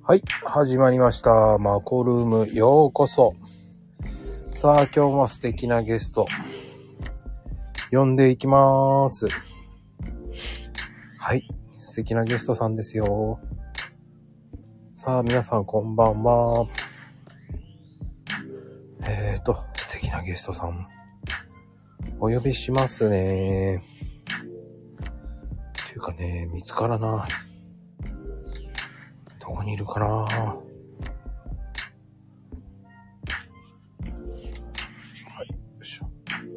はい、始まりました。マコルームようこそ。さあ、今日も素敵なゲスト呼んでいきます。はい、素敵なゲストさんですよ。さあ、皆さんこんばんは。素敵なゲストさんお呼びしますね。っていうかね、見つからない。どこにいるかな。はい、よいしょ。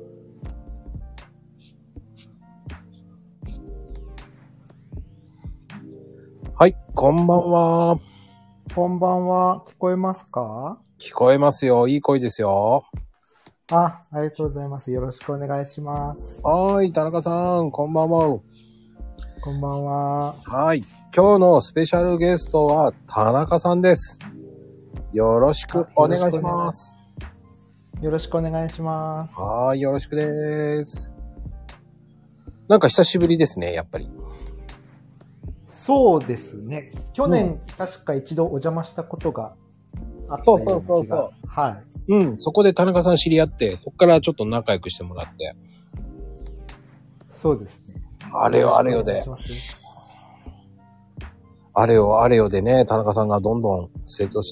はい、こんばんは。 こんばんは。聞こえますか？ 聞こえますよ。いい声ですよ。 ありがとうございます。よろしくお願いします。 はい、田中さん、こんばんは。 こんばんは。 はい。今日のスペシャルゲストは田中さんです。よろしくお願いします。 よろしくお願いします。 はい、よろしくです。なんか久しぶりですね、やっぱり。 そうですね。去年、確か一度お邪魔したことがあったような気が。 そう。 はい。 うん、そこで田中さん知り合って、そこからちょっと仲良くしてもらって。 そうですね。 あれよあれよで。あれよあれよでね、田中さんがどんどん成長して。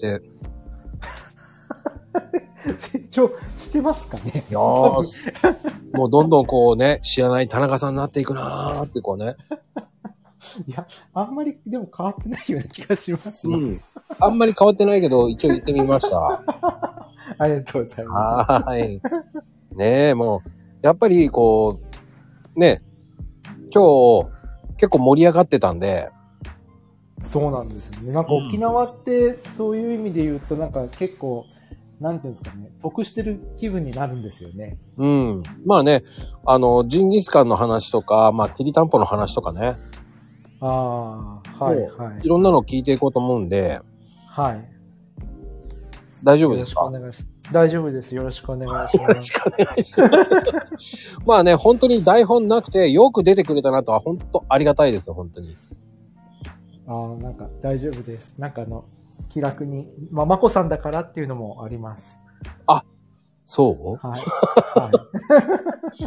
成長してますかね。 いやーもうどんどんこうね、知らない田中さんになっていくなーってこうね。 いや、あんまりでも変わってないような気がします。 うん。あんまり変わってないけど、一応言ってみました。 ありがとうございます。 はい。ねえ、もう、やっぱりこう、ね、今日、結構盛り上がってたんで。 そうなんですね。なんか沖縄ってそういう意味で言うとなんか結構、なんていうんですかね、得してる気分になるんですよね。 うん。まあね、ジンギスカンの話とか、まあ、きりたんぽの話とかね。 はいはい。 いろんなの聞いていこうと思うんで。 はい。 大丈夫ですか？ よろしくお願いします。大丈夫です。よろしくお願いします。 よろしくお願いします。まあね、本当に台本なくてよく出てくれたなとは本当ありがたいですよ、本当に。 なんか大丈夫です。なんか気楽に、まこさんだからっていうのもあります。 あ、そうはい。はい。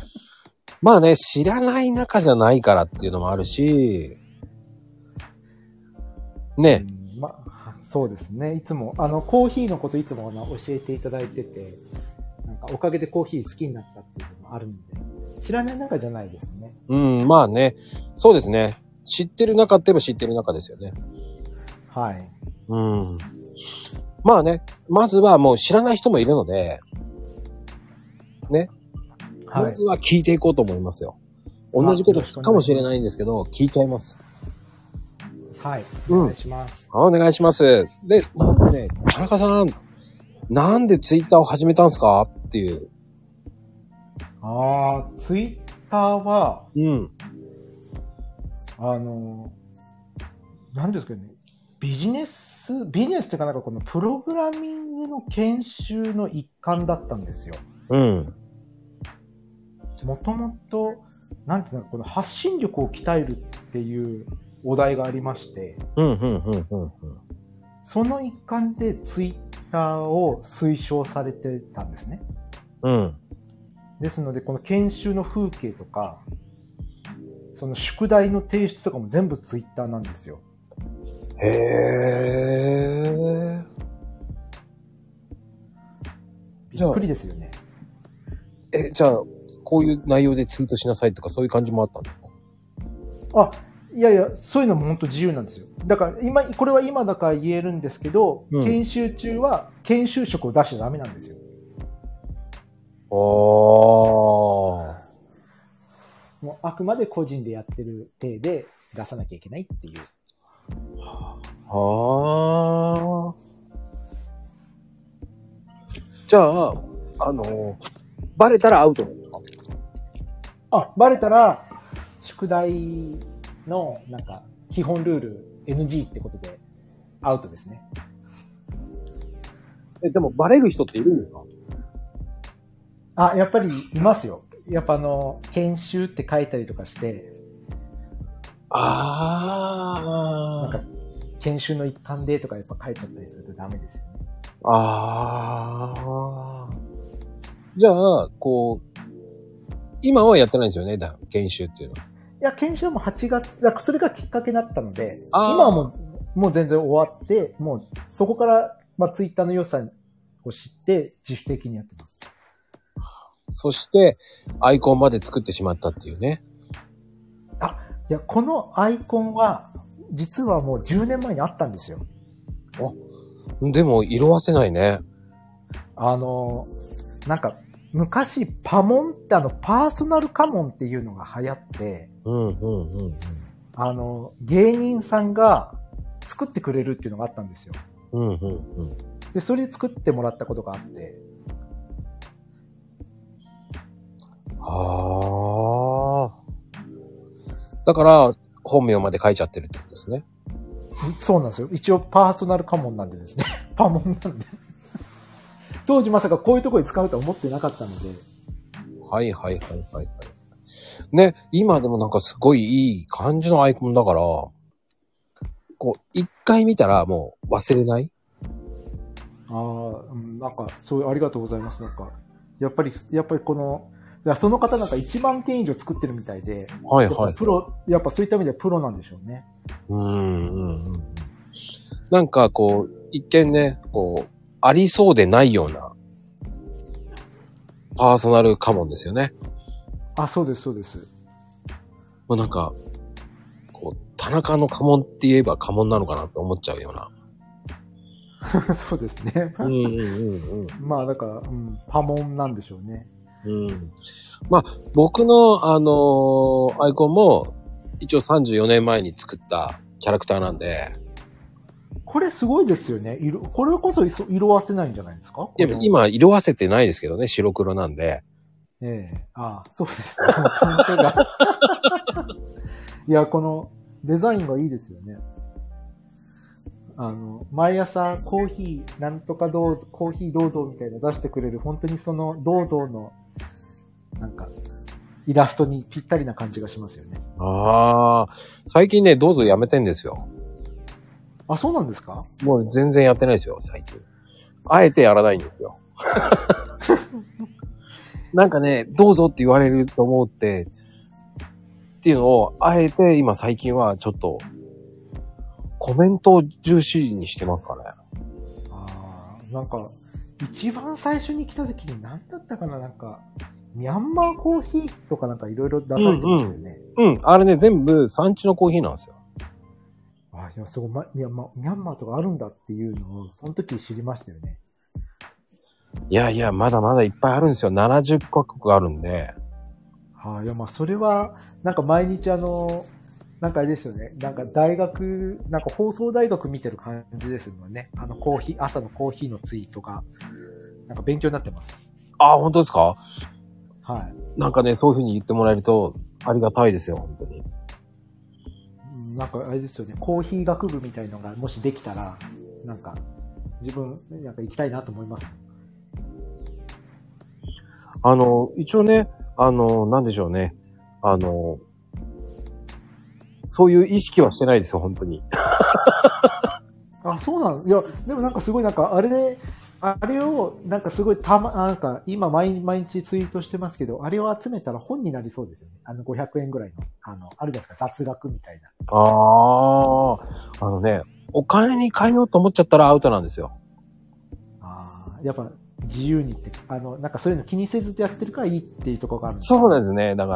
まあね、知らない仲じゃないからっていうのもあるし、ね。 そうですね。いつも、コーヒーのこといつも教えていただいてて、なんかおかげでコーヒー好きになったっていうのもあるんで、知らない仲じゃないですね。 うん、まあね。そうですね。知ってる仲って言えば知ってる仲ですよね。 はい。 うん。まあね、まずはもう知らない人もいるので、ね。はい、まずは聞いていこうと思いますよ。同じこと聞くかもしれないんですけど、聞いちゃいます。 はい。お願いします。 お願いします。で、なんでね、田中さん、なんでツイッターを始めたんですかっていう。 ツイッターは、 うん。 なんですかね、ビジネスっていうかなんかこのプログラミングの研修の一環だったんですよ。 うん。 もともと、なんていうの、この発信力を鍛えるっていうお題がありまして、その一環でツイッターを推奨されてたんですね。 うん。 ですので、この研修の風景とか、その宿題の提出とかも全部ツイッターなんですよ。 へー。 びっくりですよね。 じゃあ、こういう内容でツイートしなさいとかそういう感じもあったんですか？ いやいや、そういうのも本当自由なんですよ。だからこれは今だから言えるんですけど、研修中は研修職を出しちゃダメなんですよ。もうあくまで個人でやってる体で出さなきゃいけないっていう。 じゃあ、バレたらアウトなんですか？ バレたら、宿題の、なんか、基本ルール NG ってことで、アウトですね。 でも、バレる人っているんですか？ やっぱりいますよ。やっぱ研修って書いたりとかして、なんか、 研修の一環でとかやっぱ書いちゃったりするとダメですよね。 じゃあ、こう、今はやってないんですよね、研修っていうのは。 いや、研修も8月、それがきっかけだったので、今はもう全然終わって、もうそこから、ツイッターの良さを知って自主的にやってます。 そして、アイコンまで作ってしまったっていうね。 いや、このアイコンは、実はもう10年前にあったんですよ。 でも、色褪せないね。 なんか、昔、パモンってパーソナルカモンっていうのが流行って、芸人さんが作ってくれるっていうのがあったんですよ。で、それで作ってもらったことがあって。 だから、本名まで書いちゃってるってことですね。 そうなんですよ。一応パーソナルカモンなんでですね。パモンなんで。当時まさかこういうところに使うとは思ってなかったので。 はい。ね、今でもなんかすごいいい感じのアイコンだから、こう、一回見たらもう忘れない？ なんか、そう、ありがとうございます。なんか、やっぱりこの、その方なんか1万件以上作ってるみたいで、プロ、やっぱそういった意味ではプロなんでしょうね。 なんかこう、一見ね、こう、ありそうでないような、パーソナルカモンですよね。 そうです。 もうなんか、こう、田中の家紋って言えば家紋なのかなって思っちゃうような。 そうですね。だから、パモンなんでしょうね。 僕の、アイコンも、一応34年前に作ったキャラクターなんで。 これすごいですよね。これこそ色褪せないんじゃないですか？ いや、今、色褪せてないですけどね、白黒なんで。 そうですね。関係が。いや、このデザインがいいですよね。毎朝コーヒー、なんとかどうぞ、コーヒーどうぞみたいな出してくれる、本当にその、どうぞの、なんか、イラストにぴったりな感じがしますよね。 最近ね、どうぞやめてんですよ。 そうなんですか？ もう全然やってないですよ、最近。あえてやらないんですよ。なんかね、どうぞって言われると思っていうのを、あえて今最近はちょっと、コメントを重視にしてますかね。 なんか、一番最初に来た時に何だったかな、なんか、ミャンマーコーヒーとかなんかいろいろ出されてましたよね。 あれね、全部産地のコーヒーなんですよ。 いや、すごい、ミャンマーとかあるんだっていうのを、その時知りましたよね。 いや、まだまだいっぱいあるんですよ。70カ国あるんで。 いや、それは、なんか毎日なんかあれですよね。なんか大学、なんか放送大学見てる感じですもんね。朝のコーヒーのツイートが、なんか勉強になってます。 本当ですか？ はい。 なんかね、そういう風に言ってもらえると、ありがたいですよ、本当に。 なんかあれですよね。コーヒー学部みたいのがもしできたら、なんか、自分、なんか行きたいなと思います。 一応ね、なんでしょうね。そういう意識はしてないですよ、本当に。 そうなんいや、でもなんかすごいなんか、あれを、なんかすごいなんか、今毎日ツイートしてますけど、あれを集めたら本になりそうですよね。500円ぐらいの、あるじゃないですか、雑学みたいな。 お金に変えようと思っちゃったらアウトなんですよ。 やっぱ、自由にって、なんかそういうの気にせずやってるからいいっていうところがあるんですそうなんですね。だから、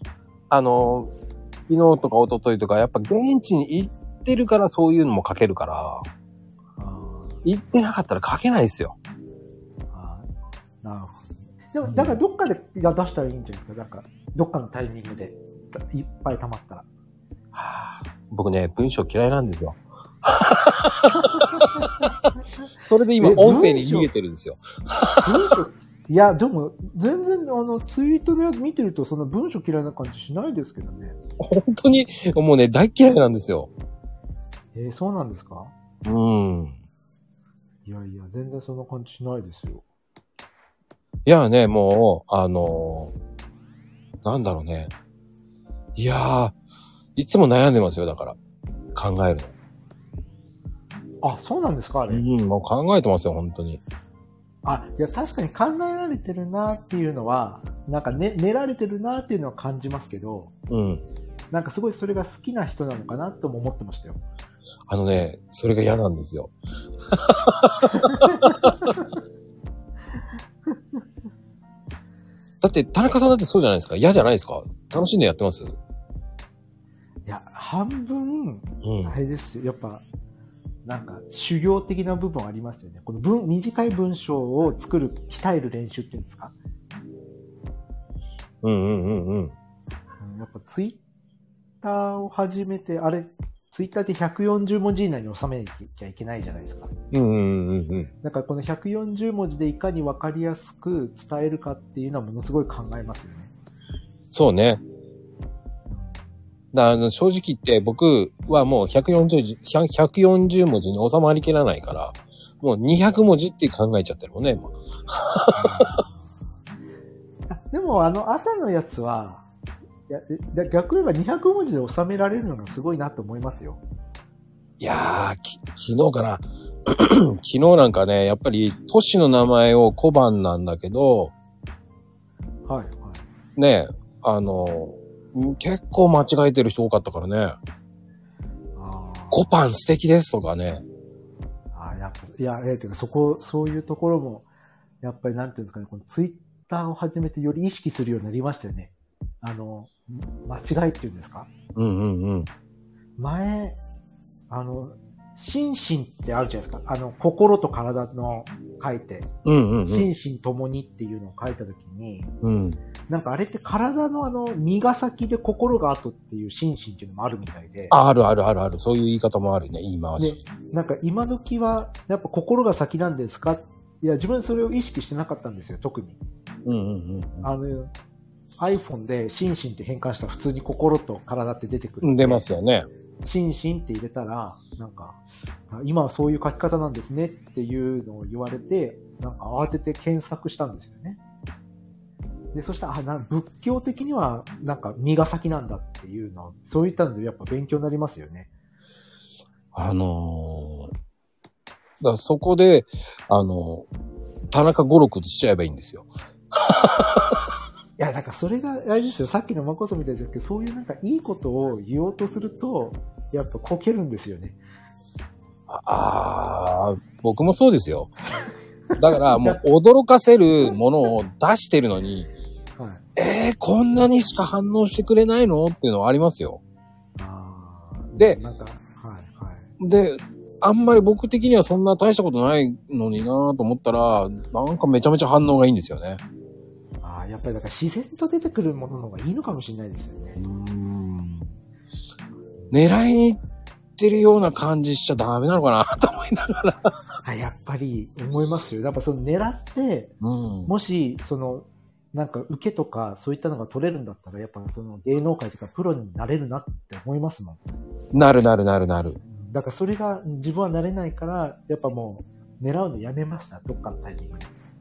昨日とか一昨日とか、やっぱ現地に行ってるからそういうのも書けるから、行ってなかったら書けないですよ。 なるほど。でも、だからどっかで出したらいいんじゃないですか。なんか、どっかのタイミングでいっぱい溜まったら。 僕ね、文章嫌いなんですよ。それで今、音声に逃げてるんですよ。 いや、でも、全然、ツイートで見てると、その文章嫌いな感じしないですけどね。 本当に、もうね、大嫌いなんですよ。 そうなんですか？いや、全然そんな感じしないですよ。 いやね、もう、なんだろうね。いやー、いつも悩んでますよ、だから。考えるの。 あ、そうなんですか、あれ。 うん、もう考えてますよ、本当に。 あ、いや、確かに考えられてるなっていうのは、なんかね、練られてるなっていうのは感じますけど、 うん。 なんかすごいそれが好きな人なのかなとも思ってましたよ。 それが嫌なんですよ。だって、田中さんだってそうじゃないですか。嫌じゃないですか。楽しんでやってます？ いや、半分、あれですよ。やっぱ、なんか修行的な部分ありますよね。この短い文章を作る、鍛える練習っていうんですか。 うん。 やっぱツイッターを始めて、あれ、ツイッターって140文字以内に収めなきゃいけないじゃないですか。だからこの140文字でいかに分かりやすく伝えるかっていうのはものすごい考えますよね。 そうね。正直言って僕はもう140文字に収まりきらないから、もう200文字って考えちゃってるもんね、今。 でも朝のやつは、逆に言えば200文字で収められるのがすごいなと思いますよ。 いやー、昨日かな。昨日なんかね、やっぱり都市の名前を小判なんだけど、 はい、はい。 ね、結構間違えてる人多かったからね。コパン素敵ですとかね。 てかそういうところも、やっぱりなんていうんですかね、このツイッターを始めてより意識するようになりましたよね。間違いっていうんですか？前、心身ってあるじゃないですか。心と体の書いて、心身ともにっていうのを書いたときに、なんかあれって体の身が先で心が後っていう心身っていうのもあるみたいで。 ある。そういう言い方もあるね、言い回し。 なんか今時は、やっぱ心が先なんですか？いや、自分それを意識してなかったんですよ、特に。iPhone で心身って変換したら普通に心と体って出てくる。 出ますよね。 心身って入れたら、なんか、今はそういう書き方なんですねっていうのを言われて、なんか慌てて検索したんですよね。で、そしたら、仏教的には、なんか、身が先なんだっていうの、そういったのでやっぱ勉強になりますよね。 だそこで、田中語録しちゃえばいいんですよ。 いや、なんかそれが、あれですよ、さっきのまこそみたいですけど、そういうなんかいいことを言おうとすると、やっぱこけるんですよね。 僕もそうですよ。だからもう驚かせるものを出してるのに、はい、こんなにしか反応してくれないのっていうのはありますよ。で、なんか、で、あんまり僕的にはそんな大したことないのになぁと思ったら、なんかめちゃめちゃ反応がいいんですよね。 やっぱりだから自然と出てくるものの方がいいのかもしれないですよね。 狙いに行ってるような感じしちゃダメなのかなと思いながら。 やっぱり思いますよ。やっぱその狙って、もし、なんか受けとかそういったのが取れるんだったら、やっぱその芸能界とかプロになれるなって思いますもん。 なる。だからそれが自分はなれないから、やっぱもう狙うのやめました。どっかのタイミングで。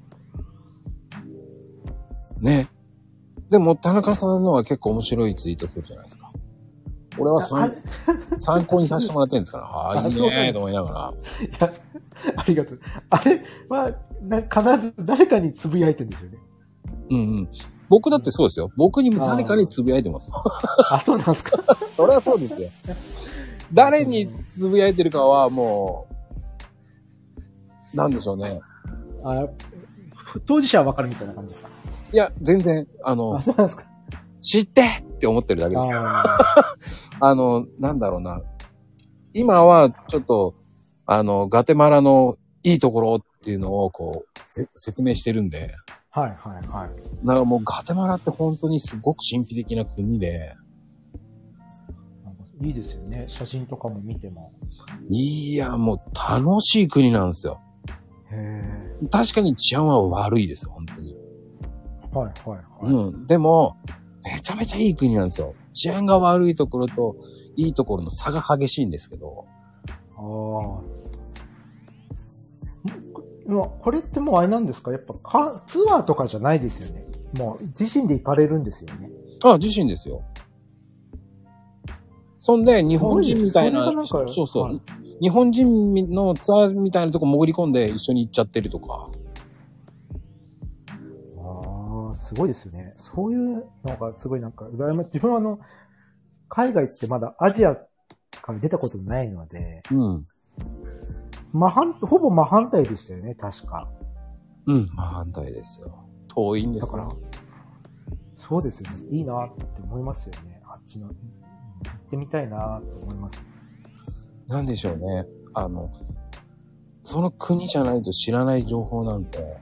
ね。でも田中さんのは結構面白いツイートするじゃないですか。俺は参考にさせてもらってるんですから。いいねーと思いながら。 いや、ありがとう。あれは、必ず誰かにつぶやいてるんですよね。 僕だってそうですよ。僕にも誰かにつぶやいてますよ。 そうなんですか。 それはそうですよ。誰につぶやいてるかはもう、なんでしょうね。 当事者はわかるみたいな感じですか？ いや、全然、 そうなんですか。 知ってって思ってるだけですよ。なんだろうな。今はちょっと、ガテマラのいいところっていうのをこう、説明してるんで。 はい。 だからもうガテマラって本当にすごく神秘的な国で。 いいですよね。写真とかも見ても。 いや、もう楽しい国なんですよ。確かに治安は悪いですよ、本当に。はい。でも、めちゃめちゃいい国なんですよ。治安が悪いところといいところの差が激しいんですけど。 これってもうあれなんですか？やっぱツアーとかじゃないですよね。もう自身で行かれるんですよね。 自身ですよ。 そんで、日本人みたいな、そうそう、はい、日本人のツアーみたいなとこ潜り込んで一緒に行っちゃってるとか。 ああ、すごいですよね。そういうのがすごいなんか羨ましい。自分は海外ってまだアジアから出たことないので、うん。ほぼ真反対でしたよね、確か。 うん、真反対ですよ。遠いんですから。 そうですよね。いいなって思いますよね。あっちの、行ってみたいなって思います。 なんでしょうね。その国じゃないと知らない情報なんて。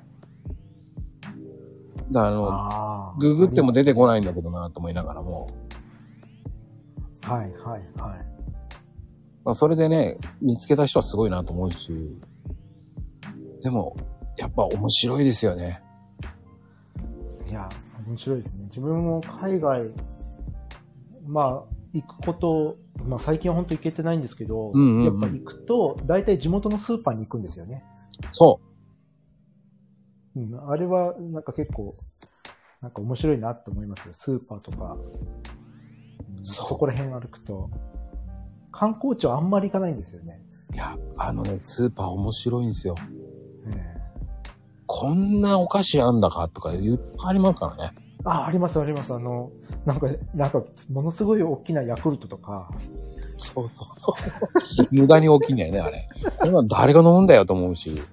ググっても出てこないんだけどなと思いながらも。 はいはいはい。 まあそれでね、見つけた人はすごいなと思うし。でも、やっぱ面白いですよね。 いや、面白いですね。自分も海外、まあ、行くこと、まあ最近は本当行けてないんですけど、やっぱ行くと、大体地元のスーパーに行くんですよね。 そう。 うん、あれはなんか結構、なんか面白いなって思いますよ。スーパーとか、そこら辺歩くと。観光地はあんまり行かないんですよね。 いや、スーパー面白いんですよ。こんなお菓子あんだかとかいっぱいありますからね。 ありますあります。なんか、ものすごい大きなヤクルトとか。 そうそうそう。無駄に大きいんだよね、あれ。今誰が飲むんだよと思うし。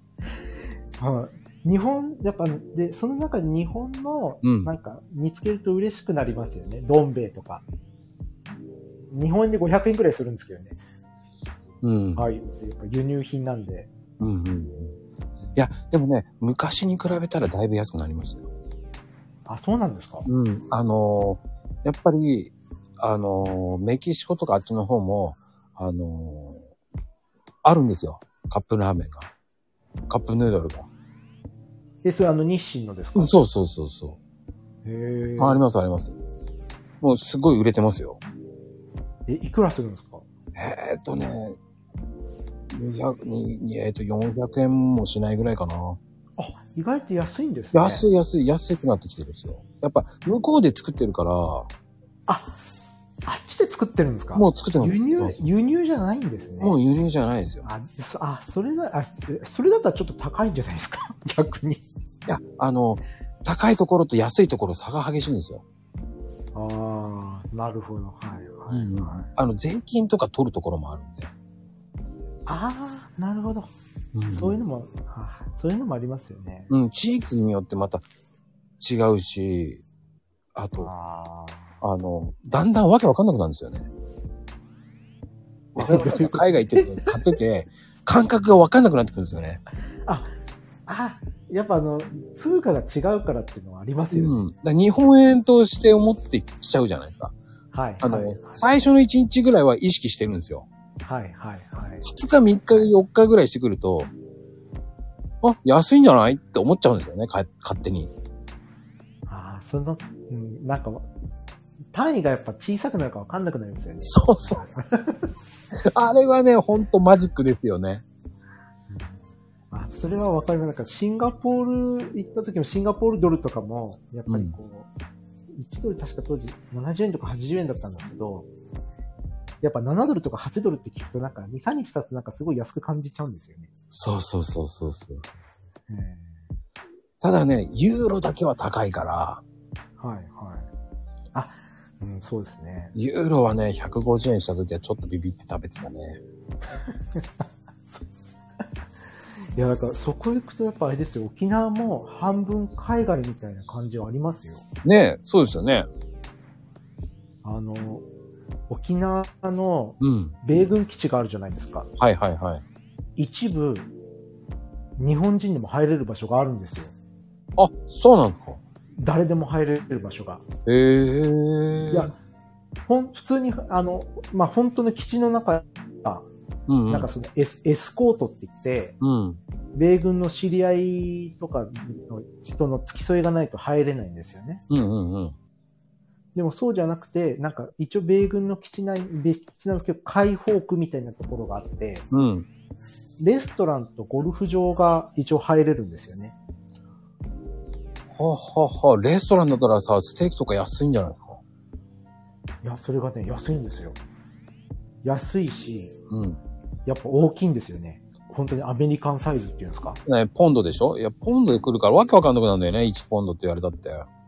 日本、やっぱ、で、その中で日本の、なんか、見つけると嬉しくなりますよね。どん兵衛とか。日本円で500円くらいするんですけどね。 うん。 はい。やっぱ輸入品なんで。 うんうん。いや、でもね、昔に比べたらだいぶ安くなりましたよ。 あ、そうなんですか？ うん。やっぱり、メキシコとかあっちの方も、あるんですよ。カップラーメンが。カップヌードルが。 それ日清のですか？ そうそうそうそう。 へありますあります。もうすごい売れてますよ。 いくらするんですか ？400円もしないぐらいかな。 あ、意外と安いんですね。 安くなってきてるんですよ。やっぱ、向こうで作ってるから。 あっちで作ってるんですか？ もう作ってます。 輸入じゃないんですね。 もう輸入じゃないですよ。 それだったらちょっと高いんじゃないですか？逆に。いや、高いところと安いところ差が激しいんですよ。 ああ、なるほど。はいはいはい。税金とか取るところもあるんで。 ああ、なるほど。そういうのもありますよね。 うん、地域によってまた違うし、あと、だんだんわけわかんなくなるんですよね。海外行って買ってて、感覚がわかんなくなってくるんですよね。 やっぱ通貨が違うからっていうのはありますよね。 日本円として思ってきちゃうじゃないですか。 はい。 最初の1日ぐらいは意識してるんですよ。 はい。2 日3日4日ぐらいしてくると、安いんじゃないって思っちゃうんですよね、勝手に。 なんか、単位がやっぱ小さくなるか分かんなくなりますよね。 そうそう。あれはね、ほんとマジックですよね。 それは分かります。なんかシンガポール行った時もシンガポールドルとかも、やっぱり1ドル確か当時70円とか80円だったんですけど、やっぱ7ドルとか8ドルって聞くとなんか2、3日経つとなんかすごい安く感じちゃうんですよね。 そう。ただね、ユーロだけは高いから。 はい。そうですね。 ユーロはね、150円した時はちょっとビビって食べてたね。 いや、だからそこ行くとやっぱあれですよ。沖縄も半分海外みたいな感じはありますよ。 ねえ、そうですよね。 沖縄の米軍基地があるじゃないですか。 はい。 一部、日本人でも入れる場所があるんですよ。 あ、そうなんですか。 誰でも入れる場所が。いや、普通に、本当の基地の中が、なんかそのエスコートって言って、米軍の知り合いとかの人の付き添いがないと入れないんですよね。でもそうじゃなくて、なんか一応米軍の基地なんですけど、開放区みたいなところがあって、レストランとゴルフ場が一応入れるんですよね。 レストランだったらさ、ステーキとか安いんじゃないですか？ いや、それがね、安いんですよ。 安いし、 うん。 やっぱ大きいんですよね。本当にアメリカンサイズっていうんですか。 ね、ポンドでしょ？いや、ポンドで来るからわけわかんなくなるんだよね。1ポンドって言われたって。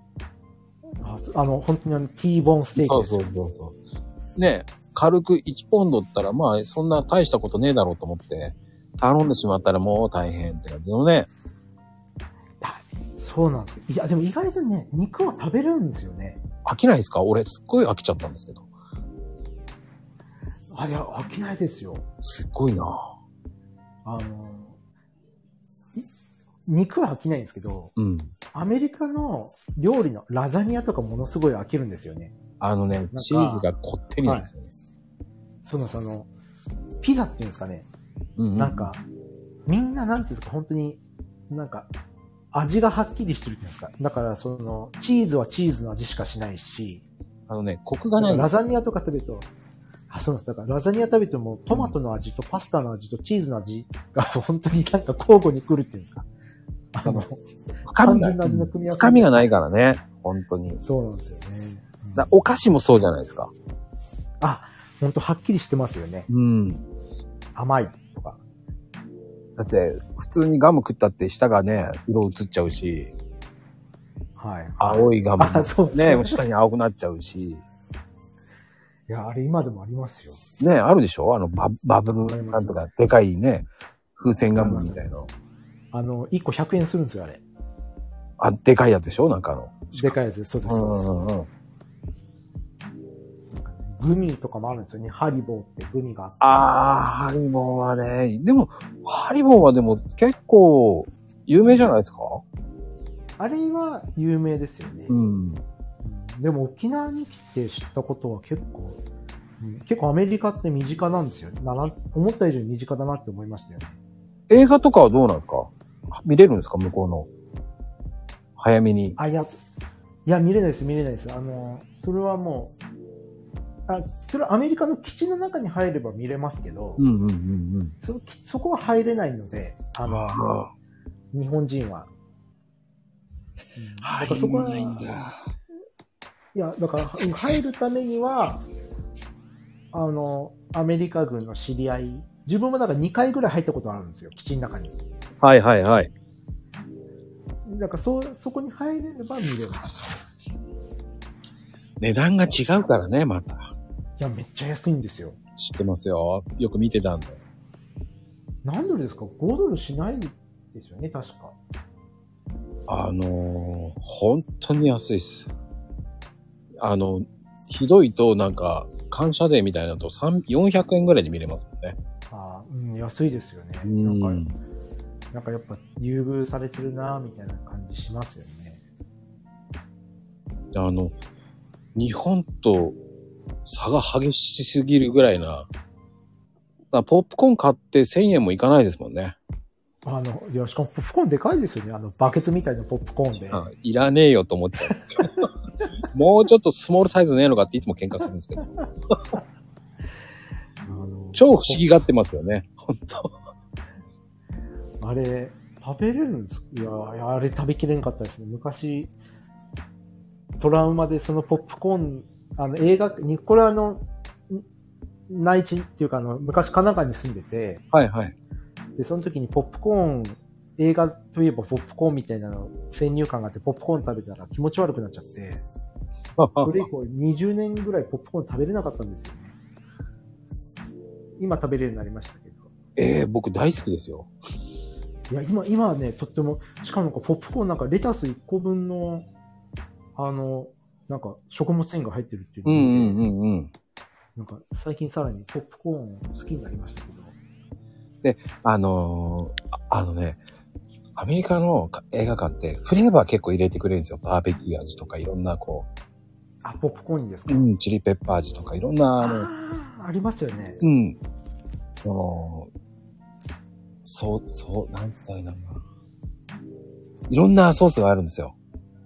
本当にT ボーンステーキそうそうそう。ね、軽く1ポンドったら、まあ、そんな大したことねえだろうと思って、頼んでしまったらもう大変って感じのね。 そうなんです。いや、でも意外とね、肉は食べれるんですよね。 飽きないですか？俺、すっごい飽きちゃったんですけど。 いや、飽きないですよ。 すっごいな。 肉は飽きないんですけど、 うん。 アメリカの料理のラザニアとかものすごい飽きるんですよね。 チーズがこってりなんですよね。 はい、ピザっていうんですかね。 うんうん、 なんか、みんななんていうんですか、本当に、なんか、味がはっきりしてるっていうんですか。だから、チーズはチーズの味しかしないし、 コクがない。 ラザニアとか食べると、そうなんです。だから、ラザニア食べても、トマトの味とパスタの味とチーズの味が本当になんか交互に来るっていうんですか。 深みがないからね。本当に。 そうなんですよね。 お菓子もそうじゃないですか。 本当はっきりしてますよね。 うん。 甘いとか。 だって、普通にガム食ったって舌がね、色移っちゃうし。 はい。 青いガム。 そうね、下に青くなっちゃうし。 いや、あれ今でもありますよ。 ね、あるでしょ？バブルなんとか、でかいね、風船ガムみたいな。 1個100円するんですよ、あれ。 でかいやつでしょ？なんかでかいやつ、そうです。グミとかもあるんですよね。ハリボーってグミがあって。 ハリボーはね、でも、ハリボーはでも結構有名じゃないですか？ あれは有名ですよね。 うん。 でも沖縄に来て知ったことは結構アメリカって身近なんですよね。思った以上に身近だなって思いましたよね。 映画とかはどうなんですか？見れるんですか？向こうの。早めに。 いや、見れないです。それはもう、それはアメリカの基地の中に入れば見れますけど、そこは入れないので、日本人は。 入れないんだ。 いや、だから、入るためには、アメリカ軍の知り合い、自分もだから2回ぐらい入ったことあるんですよ、基地の中に。 はいはいはい。 だからそこに入れれば見れます。 値段が違うからね、また。いや、めっちゃ安いんですよ。 知ってますよ。よく見てたんで。 何ドルですか？ 5 ドルしないですよね、確か。 本当に安いです。ひどいとなんか、感謝デーみたいなのと400円ぐらいで見れますもんね。 安いですよね。なんかやっぱ優遇されてるなみたいな感じしますよね。 日本と差が激しすぎるぐらいな。ポップコーン買って1000円もいかないですもんね。 いや、しかもポップコーンでかいですよね。バケツみたいなポップコーンで。 いらねえよと思っちゃう。もうちょっとスモールサイズねえのかっていつも喧嘩するんですけど。超不思議がってますよね。本当。 あれ、食べれるんですか？いや、あれ食べきれんかったですね。昔、トラウマでそのポップコーン、映画、これ内地っていうか昔神奈川に住んでて、 はいはい。 で、その時にポップコーン、映画といえばポップコーンみたいな先入観があってポップコーン食べたら気持ち悪くなっちゃって、それ以降20年ぐらいポップコーン食べれなかったんですよね。今食べれるようになりましたけど。 僕大好きですよ。 いや、今はね、とっても、しかもポップコーンなんかレタス1個分の、なんか食物繊維が入ってるっていうので、なんか最近さらにポップコーン好きになりましたけど。 で、アメリカの映画館ってフレーバー結構入れてくれるんですよ。バーベキュー味とかいろんなポップコーンにですか？ チリペッパー味とかいろんなありますよね。 なんつったらいいんだろうな。いろんなソースがあるんですよ。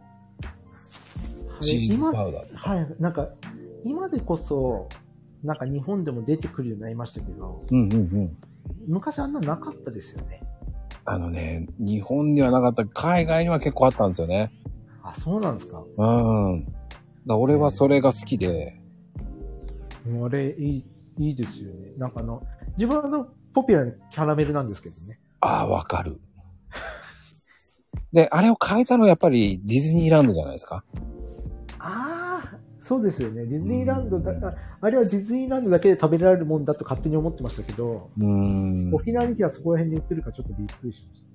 チーズパウダーとか。 はい、なんか、今でこそ、なんか日本でも出てくるようになりましたけど、昔あんななかったですよね。 日本にはなかった、海外には結構あったんですよね。 そうなんですか？ 俺はそれが好きで。 あれ、 いいですよね。なんか自分はポピュラーなキャラメルなんですけどね。 ああ、わかる。で、あれを変えたのはやっぱりディズニーランドじゃないですか。 ああ、そうですよね。ディズニーランドあれはディズニーランドだけで食べられるもんだと勝手に思ってましたけど、沖縄に来たらそこら辺で売ってるからちょっとびっくりしました。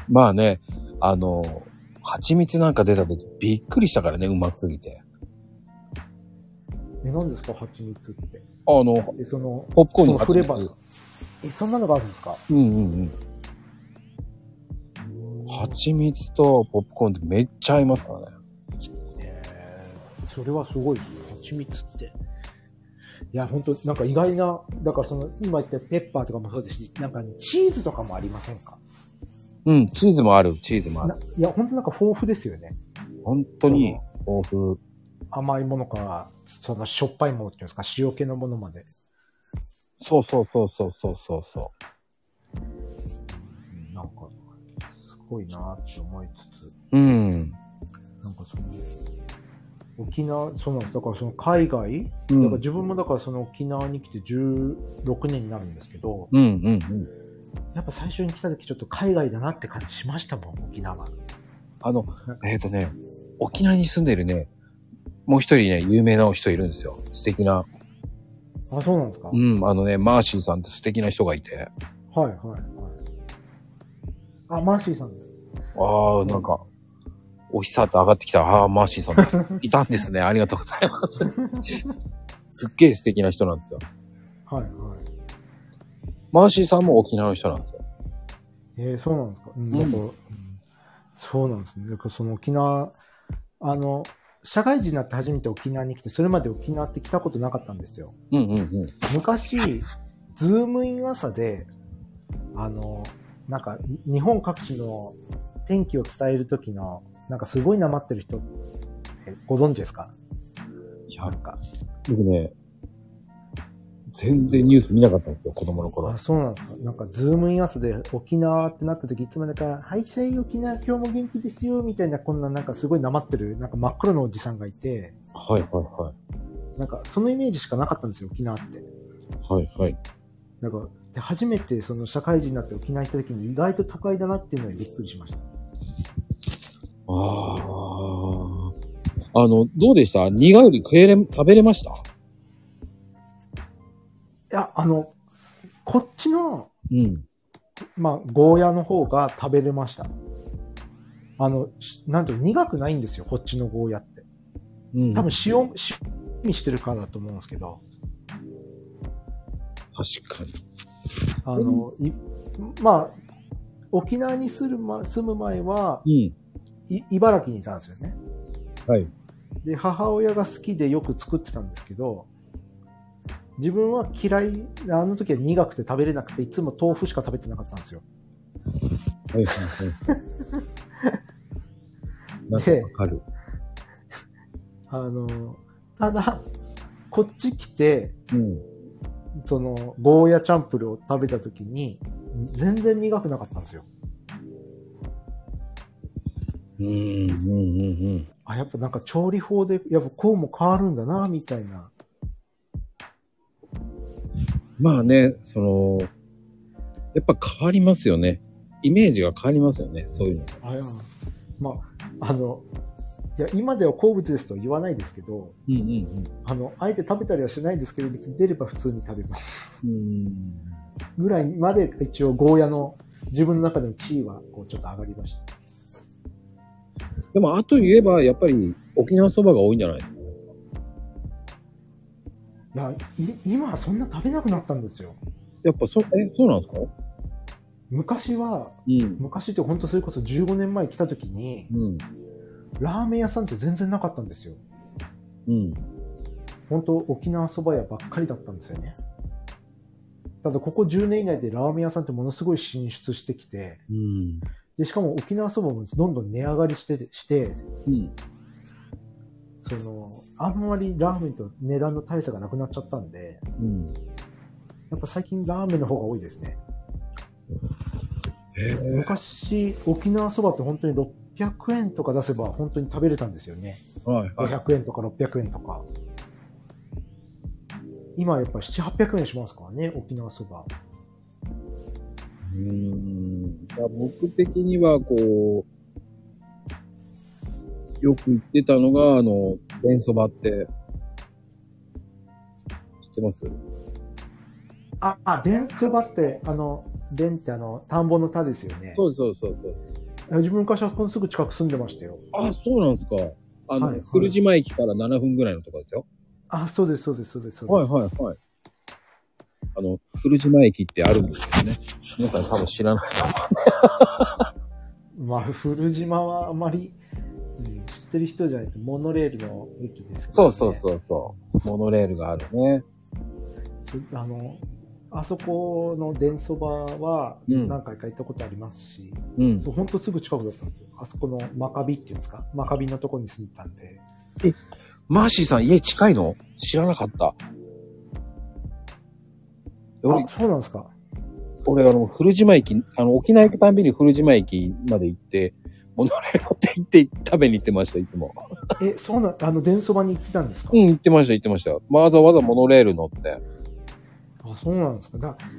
まあね、蜂蜜なんか出た時びっくりしたからね、うますぎて。 何ですか、蜂蜜って。 ポップコーンのフレーバー。そんなのがあるんですか？ 蜂蜜とポップコーンってめっちゃ合いますからね。 それはすごいですね。蜂蜜って。いや、ほんと、なんか意外な、だから今言ったペッパーとかもそうですし、なんかチーズとかもありませんか？ チーズもある。いや、ほんとなんか豊富ですよね。 本当に豊富。 甘いものから、しょっぱいものっていうんですか、塩気のものまで。 そう。 なんか、すごいなって思いつつ。なんか沖縄、そうなんです。だから海外、だから自分もだから沖縄に来て16年になるんですけど、やっぱ最初に来た時ちょっと海外だなって感じしましたもん、沖縄。 沖縄に住んでるね、もう一人ね、有名な人いるんですよ。素敵な。 あ、そうなんですか？ マーシーさんって素敵な人がいて。 はい。あ、マーシーさんです。 なんか、おひさって上がってきた。マーシーさんいたんですね。ありがとうございます。すっげえ素敵な人なんですよ。 はい。 マーシーさんも沖縄の人なんですよ。 そうなんですか？そうなんですね。だから沖縄、社会人になって初めて沖縄に来て、それまで沖縄って来たことなかったんですよ。昔、ズームイン朝で、なんか、日本各地の天気を伝えるときの、なんかすごいなまってる人ってご存知ですか？ いや、僕ね、全然ニュース見なかったんですよ、子供の頃。 あ、そうなんですか。なんか、ズームイン朝で沖縄ってなった時、いつもなんか、はい、さい沖縄今日も元気ですよ、みたいな、こんななんかすごいなまってる、なんか真っ黒のおじさんがいて。 はい。 なんか、そのイメージしかなかったんですよ、沖縄って。 はい。 なんか、で初めて社会人になって沖縄行った時に意外と都会だなっていうのにびっくりしました。 どうでした？苦うり食べれました？いや、こっちの、ゴーヤの方が食べれました。なんと苦くないんですよ、こっちのゴーヤって。多分塩にしてるからだと思うんですけど。 確かに。 沖縄に住む前は、茨城にいたんですよね。 はい。 で、母親が好きでよく作ってたんですけど、自分は嫌い、あの時は苦くて食べれなくて、いつも豆腐しか食べてなかったんですよ。 はい。なんかわかる。 ただ、こっち来て、ゴーヤチャンプルを食べた時に、全然苦くなかったんですよ。やっぱなんか調理法で、やっぱこうも変わるんだな、みたいな。 まあね、やっぱ変わりますよね。イメージが変わりますよね、そういうの。 いや、今では好物ですとは言わないですけど、あえて食べたりはしないですけど、別に出れば普通に食べます。ぐらいまで一応ゴーヤの自分の中での地位はこうちょっと上がりました。 でも、あと言えば、やっぱり沖縄そばが多いんじゃないですか？ いや、今はそんな食べなくなったんですよ。 やっぱそうなんですか？ 昔は、昔って本当それこそ15年前来た時に、ラーメン屋さんって全然なかったんですよ。本当沖縄そば屋ばっかりだったんですよね。ただここ10年以内でラーメン屋さんってものすごい進出してきて、でしかも沖縄そばもどんどん値上がりして、あんまりラーメンと値段の大差がなくなっちゃったんで、やっぱ最近ラーメンの方が多いですね。昔沖縄そばって本当に600円とか出せば本当に食べれたんですよね。500円とか600円とか。 今やっぱり7、800円しますからね、沖縄そば。 僕的には、こう、よく行ってたのが、弁そばって、知ってます？ 伝そばって、伝って田んぼの田ですよね。 そうそうそうそう。 自分昔はこのすぐ近く住んでましたよ。 あ、そうなんですか。 はい、 古島駅から7分ぐらいのところですよ。 そうです、そうです、そうです。 はいはいはい。古島駅ってあるんですけどね。皆さん多分知らないと思う。古島はあまり、知ってる人じゃないと、モノレールの駅です、ね。 そうそうそうそう。モノレールがあるね。 あそこの伝そばは何回か行ったことありますし、ほんとすぐ近くだったんですよ。あそこのマカビっていうんですか、マカビのとこに住んでたんで。 マーシーさん家近いの？知らなかった。 そうなんですか。 俺古島駅、沖縄行くたんびに古島駅まで行って、モノレールって行って食べに行ってました、いつも。 伝そばに行ってたんですか？ 行ってました。わざわざモノレール乗って。 そうなんですか。だから、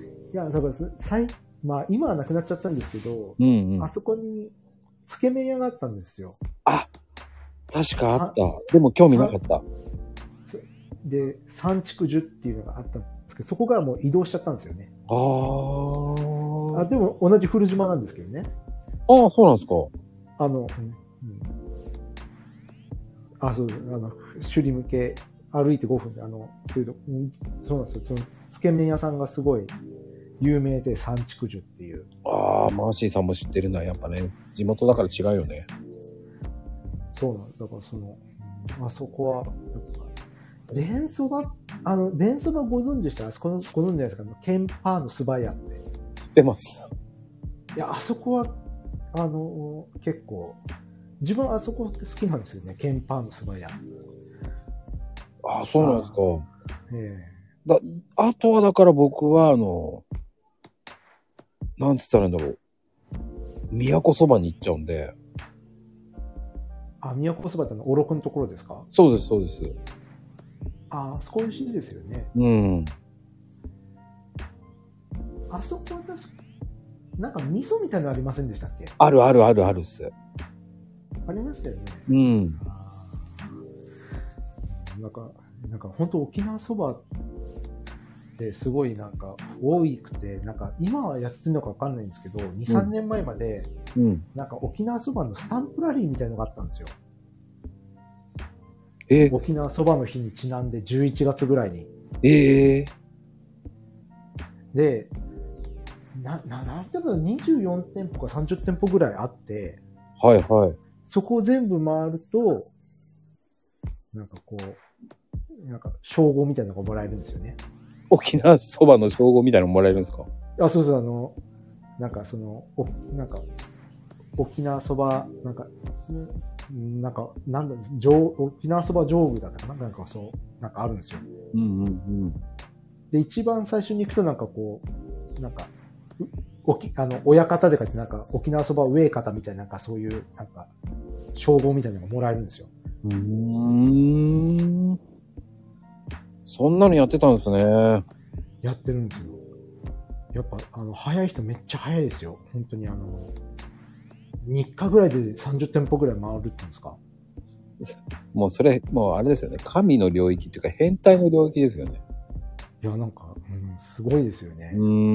今はなくなっちゃったんですけど、あそこに、つけ麺屋があったんですよ。 確かあった。でも興味なかった。 で、三築樹っていうのがあったんですけど、そこからもう移動しちゃったんですよね。でも同じ古島なんですけどね。 そうなんですか。 そうです。首里向け、歩いて5分で、そうなんですよ。その、つけ麺屋さんがすごい有名で、三築樹っていう。 マーシーさんも知ってるな、やっぱね。地元だから違うよね。 そうなんです。だからあそこは、伝そばご存知でした？ご存知ないですか？ケンパーの素早って。 知ってます。 いや、あそこは、結構、自分あそこ好きなんですよね。ケンパーの素早。 そうなんですか。あとはだから僕はなんつったらいいんだろう。都そばに行っちゃうんで。 都そばっておろくのところですか？ そうです、そうです。 そこ美味しいですよね。あそこは確か、なんか味噌みたいなのありませんでしたっけ？ あるっす。 ありましたよね。なんか本当沖縄そばってすごいなんか多くて、なんか今はやってるのかわかんないんですけど、2、3年前まで、なんか沖縄そばのスタンプラリーみたいなのがあったんですよ。沖縄そばの日にちなんで11月ぐらいに。で、なんていうの24店舗か30店舗ぐらいあって、そこを全部回ると、なんかこう、なんか称号みたいなのがもらえるんですよね。 沖縄そばの称号みたいなのもらえるんですか？ そうそう、なんか沖縄そば、沖縄そば上部だったかな、なんかそう、なんかあるんですよ。で、一番最初に行くとなんかこう、なんか、親方でかってなんか沖縄そば上方みたいななんかそういう、なんか、称号みたいなのがもらえるんですよ。 そんなのやってたんですね。 やってるんですよ。やっぱ、早い人めっちゃ早いですよ。本当に3日ぐらいで30店舗ぐらい回るって言うんですか？ もうそれ、もうあれですよね。神の領域っていうか変態の領域ですよね。 いや、なんか、すごいですよね。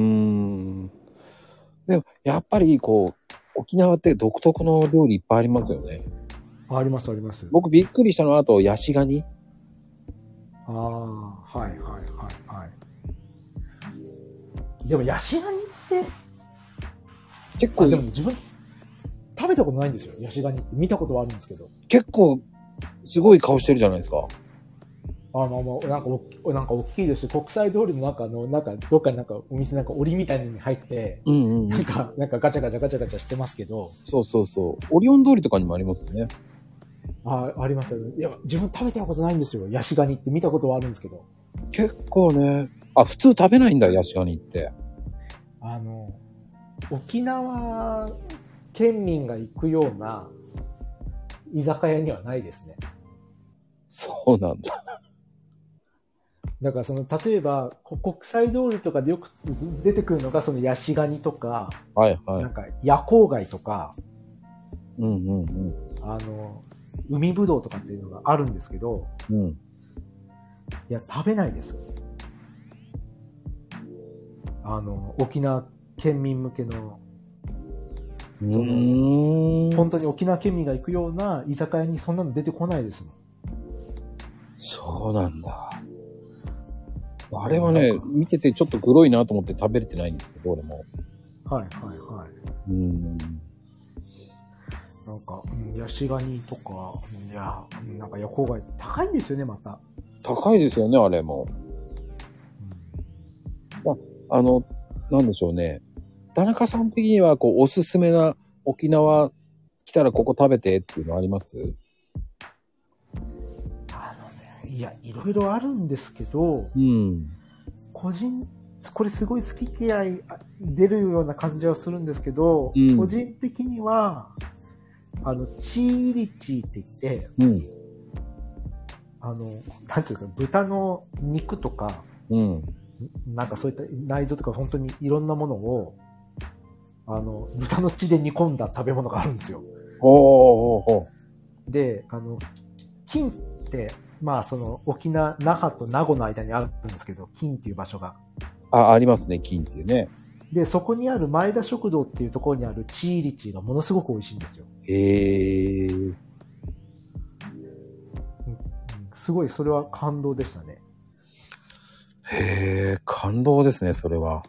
でも、やっぱりこう、沖縄って独特の料理いっぱいありますよね。 あります、あります。 僕びっくりしたのは、あと、ヤシガニ。 はい。でも、ヤシガニって、結構、でも自分、食べたことないんですよ。ヤシガニって。見たことはあるんですけど。 結構、すごい顔してるじゃないですか。 なんか大きいですし、国際通りの中の、なんか、どっかになんかお店なんか檻みたいなのに入って、なんかガチャガチャしてますけど。 そう。オリオン通りとかにもありますよね。 ありますよね。いや、自分食べたことないんですよ。ヤシガニって見たことはあるんですけど。 結構ね。普通食べないんだ、ヤシガニって。 沖縄県民が行くような居酒屋にはないですね。 そうなんだ。 だから例えば、国際通りとかでよく出てくるのが、ヤシガニとか、 はいはい。 なんか夜光貝とか、 うんうんうん。 海ぶどうとかっていうのがあるんですけど、 うん。 いや、食べないです。沖縄県民向けの、本当に沖縄県民が行くような居酒屋にそんなの出てこないですもん。 そうなんだ。あれはね、見ててちょっとグロいなと思って食べれてないんですけど、俺も。 はいはいはい。なんか、ヤシガニとか、いや、なんか夜光貝高いんですよね、また。 高いですよね、あれも。なんでしょうね。田中さん的には、おすすめな沖縄来たらここ食べてっていうのあります？ いや、いろいろあるんですけど、これすごい好き嫌い出るような感じはするんですけど、個人的には、チーリチーって言って、なんていうか、豚の肉とか、なんかそういった内臓とか本当にいろんなものを、豚の血で煮込んだ食べ物があるんですよ。で、金って、まあ沖縄、那覇と名護の間にあるんですけど、金っていう場所が。 ありますね、金っていうね。 で、そこにある前田食堂っていうところにあるチーリチーがものすごく美味しいんですよ。すごい、それは感動でしたね。 感動ですね、それは。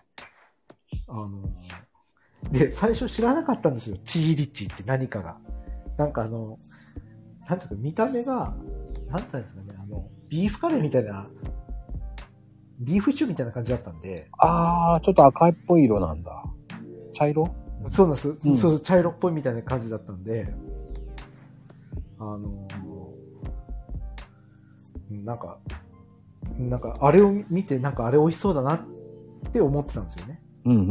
で、最初知らなかったんですよ。チーリチーって何かが。なんかなんていうか、見た目が、なんていうんですかね、ビーフカレーみたいな、ビーフシチューみたいな感じだったんで。 ちょっと赤いっぽい色なんだ。茶色？ そうなんです。そう、茶色っぽいみたいな感じだったんで、なんか、あれを見て、なんかあれ美味しそうだなって思ってたんですよね。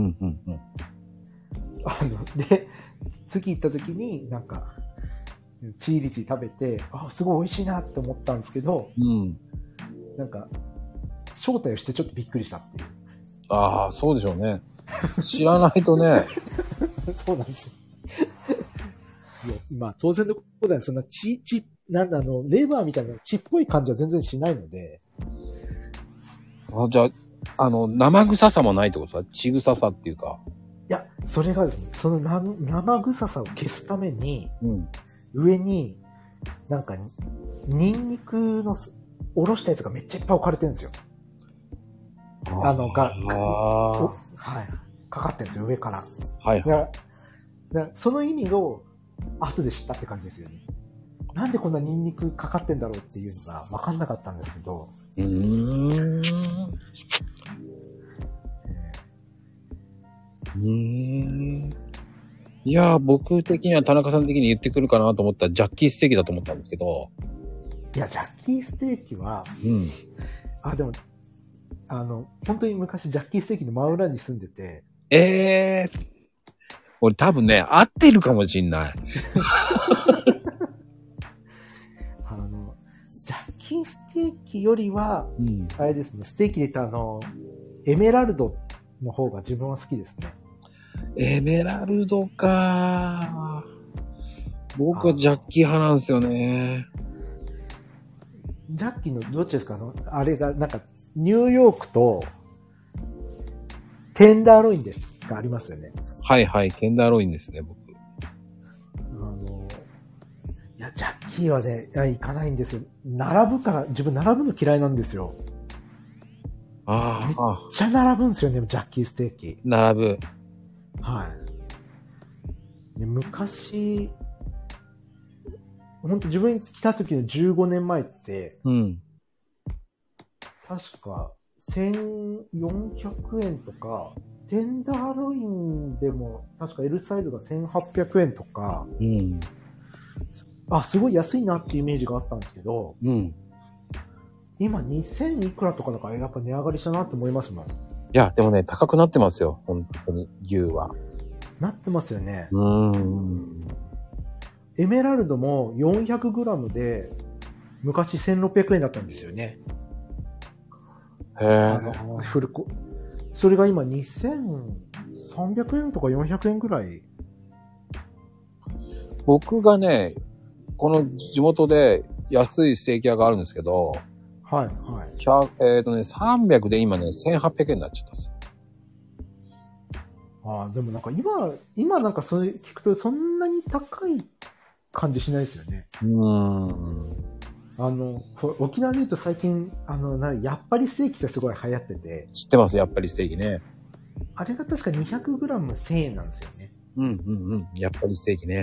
で、次行った時に、なんか、チーリチー食べて、すごい美味しいなって思ったんですけど、なんか、正体をしてちょっとびっくりしたっていう。 そうでしょうね。知らないとね。 そうなんですよ。いや、まあ、当然のことだよ。そんなレバーみたいな血っぽい感じは全然しないので。 じゃあ、生臭さもないってことだ？血臭さっていうか。 いや、それがですね、その生臭さを消すために、上に、なんか、ニンニクのおろしたやつがめっちゃいっぱい置かれてるんですよ。はい。かかってるんですよ、上から。その意味を、後で知ったって感じですよね。なんでこんなニンニクかかってんだろうっていうのが分かんなかったんですけど。 いやー、僕的には田中さん的に言ってくるかなと思ったらジャッキーステーキだと思ったんですけど。 いや、ジャッキーステーキは、でも、本当に昔ジャッキーステーキの真裏に住んでて。 俺多分ね、合ってるかもしんない。 ジャッキーステーキよりは、あれですね、ステーキで言ったエメラルドの方が自分は好きですね。 エメラルドか。僕はジャッキー派なんですよね。 ジャッキーのどっちですか？あれが、なんか、ニューヨークと、テンダーロインですかありますよね。 はいはい、テンダーロインですね、僕。 いや、ジャッキーはね、行かないんですよ。自分並ぶの嫌いなんですよ。めっちゃ並ぶんですよね、ジャッキーステーキ。 並ぶ。 はい。昔、本当自分に来た時の15年前って、確か1400円とか、テンダーロインでも確か L サイドが1800円とか、すごい安いなっていうイメージがあったんですけど、今2000いくらとかだからやっぱ値上がりしたなって思いますもん。いや、でもね、高くなってますよ、本当に、牛は。 なってますよね。エメラルドも 400g で昔1600円だったんですよね。 へえ。 フルコ。それが今2300円とか400円ぐらい。 僕がね、この地元で安いステーキ屋があるんですけど、 はい、はい。 300で今ね、1800円になっちゃったんですよ。 ああ、でもなんか今なんかそれ聞くとそんなに高い感じしないですよね。沖縄で言うと最近、やっぱりステーキってすごい流行ってて。 知ってます、やっぱりステーキね。 あれが確か 200g1000 円なんですよね。 やっぱりステーキね。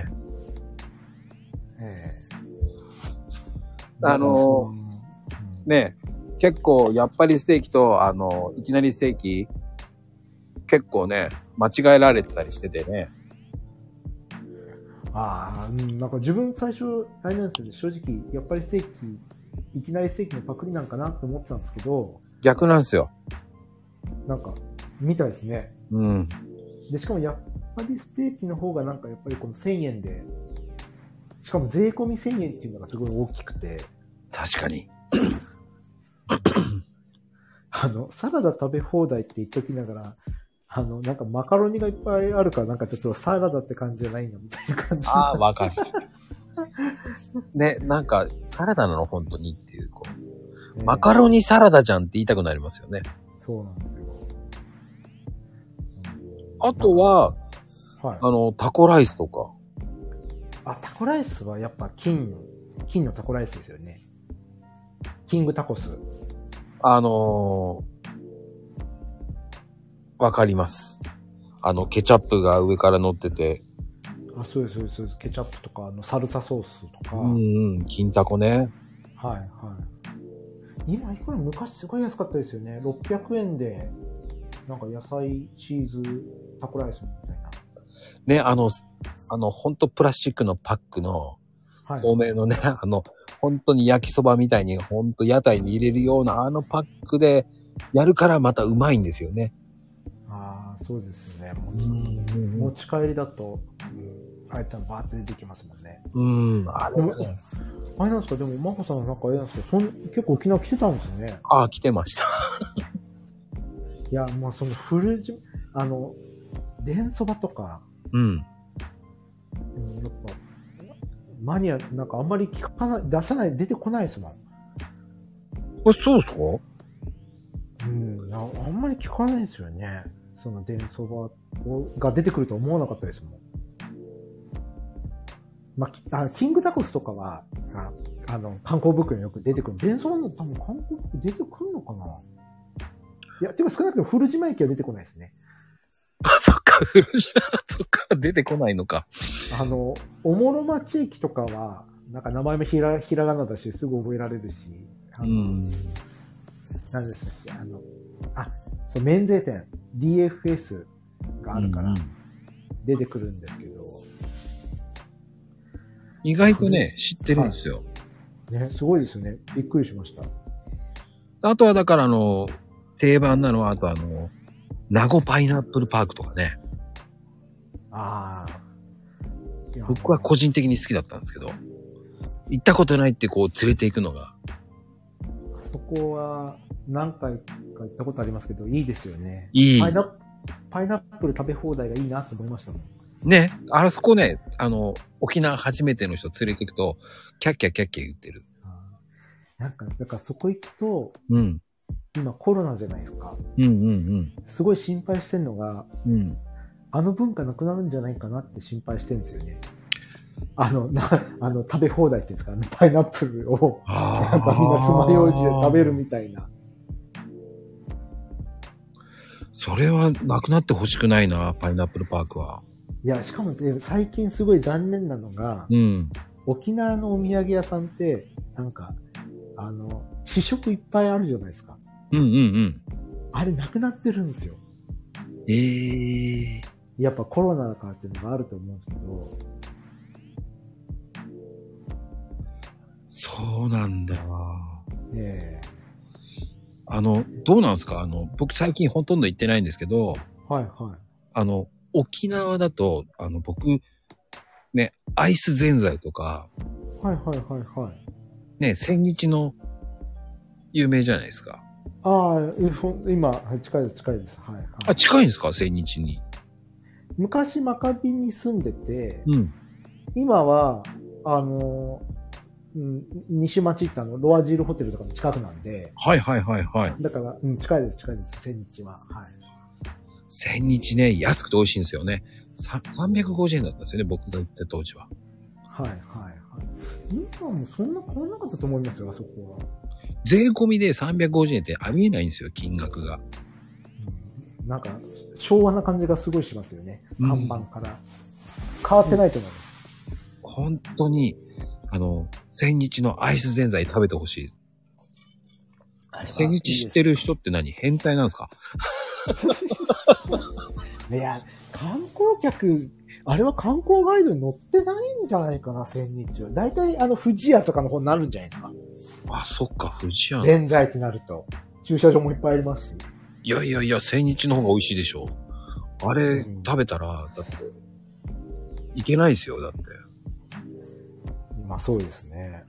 ね、結構、やっぱりステーキと、いきなりステーキ、結構ね、間違えられてたりしててね。 なんか自分最初、あれなんですよね、正直、やっぱりステーキ、いきなりステーキのパクリなんかなって思ってたんですけど、 逆なんですよ。 なんか、みたいですね。で、しかもやっぱりステーキの方がなんかやっぱりこの1000円で、しかも税込み1000円っていうのがすごい大きくて。 確かに。 サラダ食べ放題って言っときながら、なんかマカロニがいっぱいあるからなんかちょっとサラダって感じじゃないのみたいな感じ。 ああ、わかる。ね、なんか、サラダなの本当にっていう、マカロニサラダじゃんって言いたくなりますよね。 そうなんですよ。 あとは、 はい、 タコライスとか。 タコライスはやっぱ金のタコライスですよね。キングタコス。 わかります。ケチャップが上から乗ってて。 そうです、そうです。ケチャップとか、サルサソースとか。 金タコね。 はい、はい。今、いくら昔すごい安かったですよね。600円で、なんか野菜、チーズ、タコライスみたいな。 ね、ほんとプラスチックのパックの、透明のね、本当に焼きそばみたいに、ほんと屋台に入れるようなパックでやるからまたうまいんですよね。 そうですね。持ち帰りだと、あれってバーって出てきますもんね。 あれね。 あれなんですか、でも、マコさんなんかあれなんですか、結構沖縄来てたんですよね。 来てました。 いや、まあその電そばとか、やっぱ、マニア、なんかあんまり聞かない、出てこないですもん。 そうですか？ あんまり聞かないですよね。その電そばが出てくると思わなかったですもん。キングタコスとかは、観光袋によく出てくる。電そばの多分観光袋出てくるのかな？いや、てか少なくとも古島駅は出てこないですね。 そっか、そっか、出てこないのか。 おもろ町駅とかは、なんか名前もひらがなだし、すぐ覚えられるし、何でしたっけ、免税店、DFS があるから、出てくるんですけど。 意外とね、知ってるんですよ。 ね、すごいですね。びっくりしました。 あとはだから定番なのは、あと名護パイナップルパークとかね。僕は個人的に好きだったんですけど、行ったことないって連れて行くのが。 そこは何回か行ったことありますけど、いいですよね。パイナップル食べ放題がいいなと思いましたもん。 ね、そこね、沖縄初めての人連れて行くと、キャッキャキャッキャ言ってる。 だからそこ行くと、今コロナじゃないですか。すごい心配してるのが、文化なくなるんじゃないかなって心配してるんですよね。食べ放題っていうんですか、パイナップルを、なんかみんな爪楊枝で食べるみたいな。 それはなくなってほしくないな、パイナップルパークは。 いや、しかも、最近すごい残念なのが、沖縄のお土産屋さんって、なんか、試食いっぱいあるじゃないですか。あれなくなってるんですよ。やっぱコロナだからっていうのがあると思うんですけど。 そうなんだ。 どうなんですか？僕最近ほとんど行ってないんですけど、沖縄だと、僕、ね、アイスぜんざいとか、ね、千日の有名じゃないですか。 ああ、今、近いです、近いです。はい、はい。 あ、近いんですか千日に。 昔、マカビに住んでて、 うん。 今は、西町ってロアジールホテルとかの近くなんで、 はいはいはいはい。 だから、近いです、近いです、千日は。はい。 千日ね、安くて美味しいんですよね。350円だったんですよね、僕が行った当時は。 はい、はい、はい。今もそんな変わんなかったと思いますよ、あそこは。 税込みで350円ってありえないんですよ、金額が。 なんか、昭和な感じがすごいしますよね。看板から。変わってないと思います。 本当に、千日のアイスぜんざい食べてほしい。千日知ってる人って何？変態なんですか？ いや、観光客、あれは観光ガイドに載ってないんじゃないかな、千日は。大体、富士屋とかの方になるんじゃないですか。 あ、そっか、富士屋。 ぜんざいってなると。駐車場もいっぱいありますし。 いやいやいや、千日の方が美味しいでしょ。あれ、食べたら、だって、いけないですよ、だって。 まあそうですね。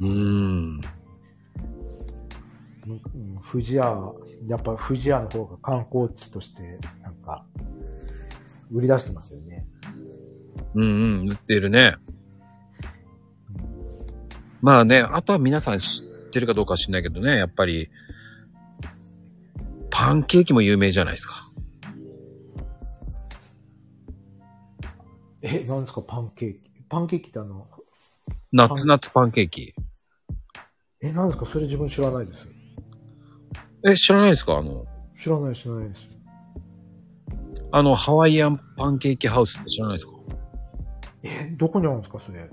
富士屋、やっぱ富士屋の方が観光地として、なんか、売り出してますよね。 売ってるね。まあね、あとは皆さん知ってるかどうか知んないけどね、やっぱり、パンケーキも有名じゃないですか。 何ですか、パンケーキ。パンケーキってナッツパンケーキ。 何ですか、それ自分知らないです。 知らないですか？ 知らないです。 ハワイアンパンケーキハウスって知らないですか？ どこにあるんですか、それ。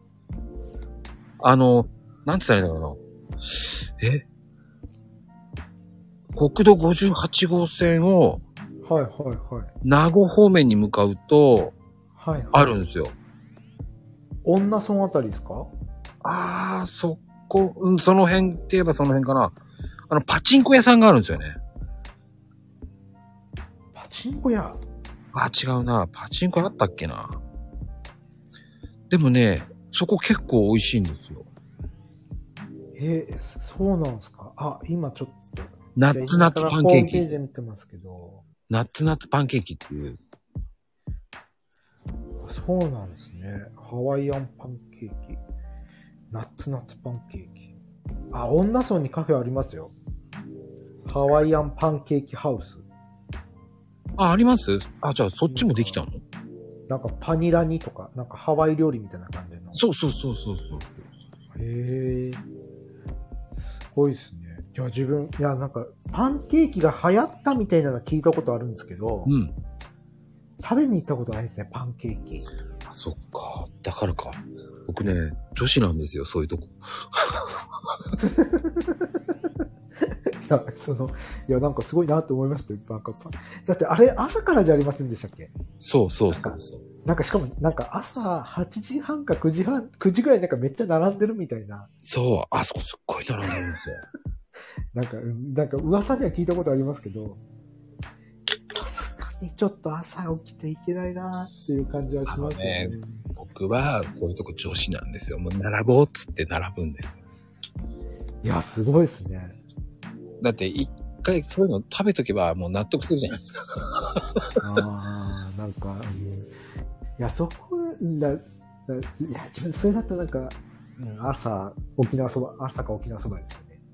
なんて言ったらいいんだろうな。国道58号線を、 はい。 名護方面に向かうと、 はい。 あるんですよ。 女村あたりですか？ その辺って言えばその辺かな。パチンコ屋さんがあるんですよね。 パチンコ屋？ 違うな。パチンコあったっけな。でもね、そこ結構美味しいんですよ。 そうなんですか。今ちょっと。 ナッツパンケーキ。ホームページ見てますけど。 ナッツパンケーキっていう。 そうなんですね。ハワイアンパンケーキ。ナッツパンケーキ。女村にカフェありますよ。ハワイアンパンケーキハウス。 あります？じゃあそっちもできたの？ なんかパニラニとか、なんかハワイ料理みたいな感じの。 そう。 へえ。すごいですね。なんか、パンケーキが流行ったみたいなの聞いたことあるんですけど、食べに行ったことないですね、パンケーキ。 そっか。だからか。僕ね、女子なんですよ、そういうとこ。 なんかすごいなと思いましたよ、なんかだってあれ、朝からじゃありませんでしたっけ？ そう。 なんかしかも、なんか朝8時半か9時ぐらいなんかめっちゃ並んでるみたいな。 そう、あそこすっごい並んでるんですよ。 なんか噂には聞いたことありますけど、さすがにちょっと朝起きていけないなっていう感じはしますよね。 僕はそういうとこ女子なんですよ。もう並ぼうっつって並ぶんですよ。 いや、すごいですね。 だって一回そういうの食べとけばもう納得するじゃないですか。 なんか、いや、そこ、いや、自分それだったらなんか、朝か沖縄そばですよね。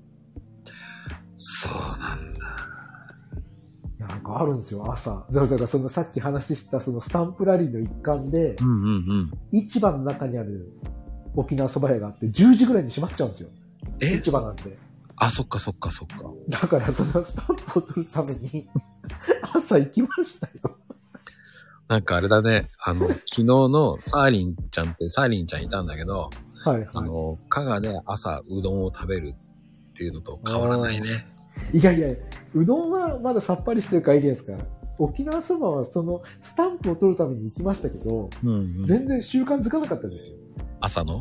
そうなんだ。 なんかあるんですよ、朝。だからそのさっき話したそのスタンプラリーの一環で、市場の中にある沖縄そば屋があって10時ぐらいに閉まっちゃうんですよ。市場なんで。 そっか。 だからそのスタンプを取るために朝行きましたよ。 なんかあれだね、昨日のサーリンちゃんいたんだけど、香川で朝うどんを食べるっていうのと変わらないね。 いや、うどんはまださっぱりしてるからいいじゃないですか。沖縄そばはそのスタンプを取るために行きましたけど、全然習慣づかなかったですよ。 朝の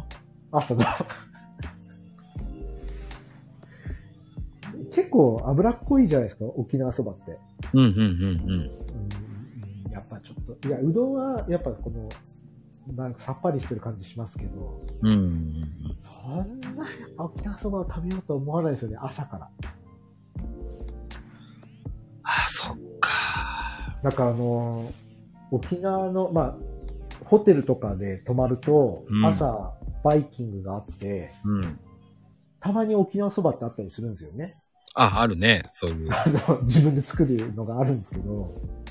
結構脂っこいじゃないですか、沖縄そばって。やっぱちょっと、うどんはやっぱなんかさっぱりしてる感じしますけど、そんなやっぱ沖縄そばを食べようと思わないですよね、朝から。 そっか。 なんか沖縄の、まあ、ホテルとかで泊まると、朝、バイキングがあって、たまに沖縄そばってあったりするんですよね。 あるね。そういう。 自分で作るのがあるんですけど、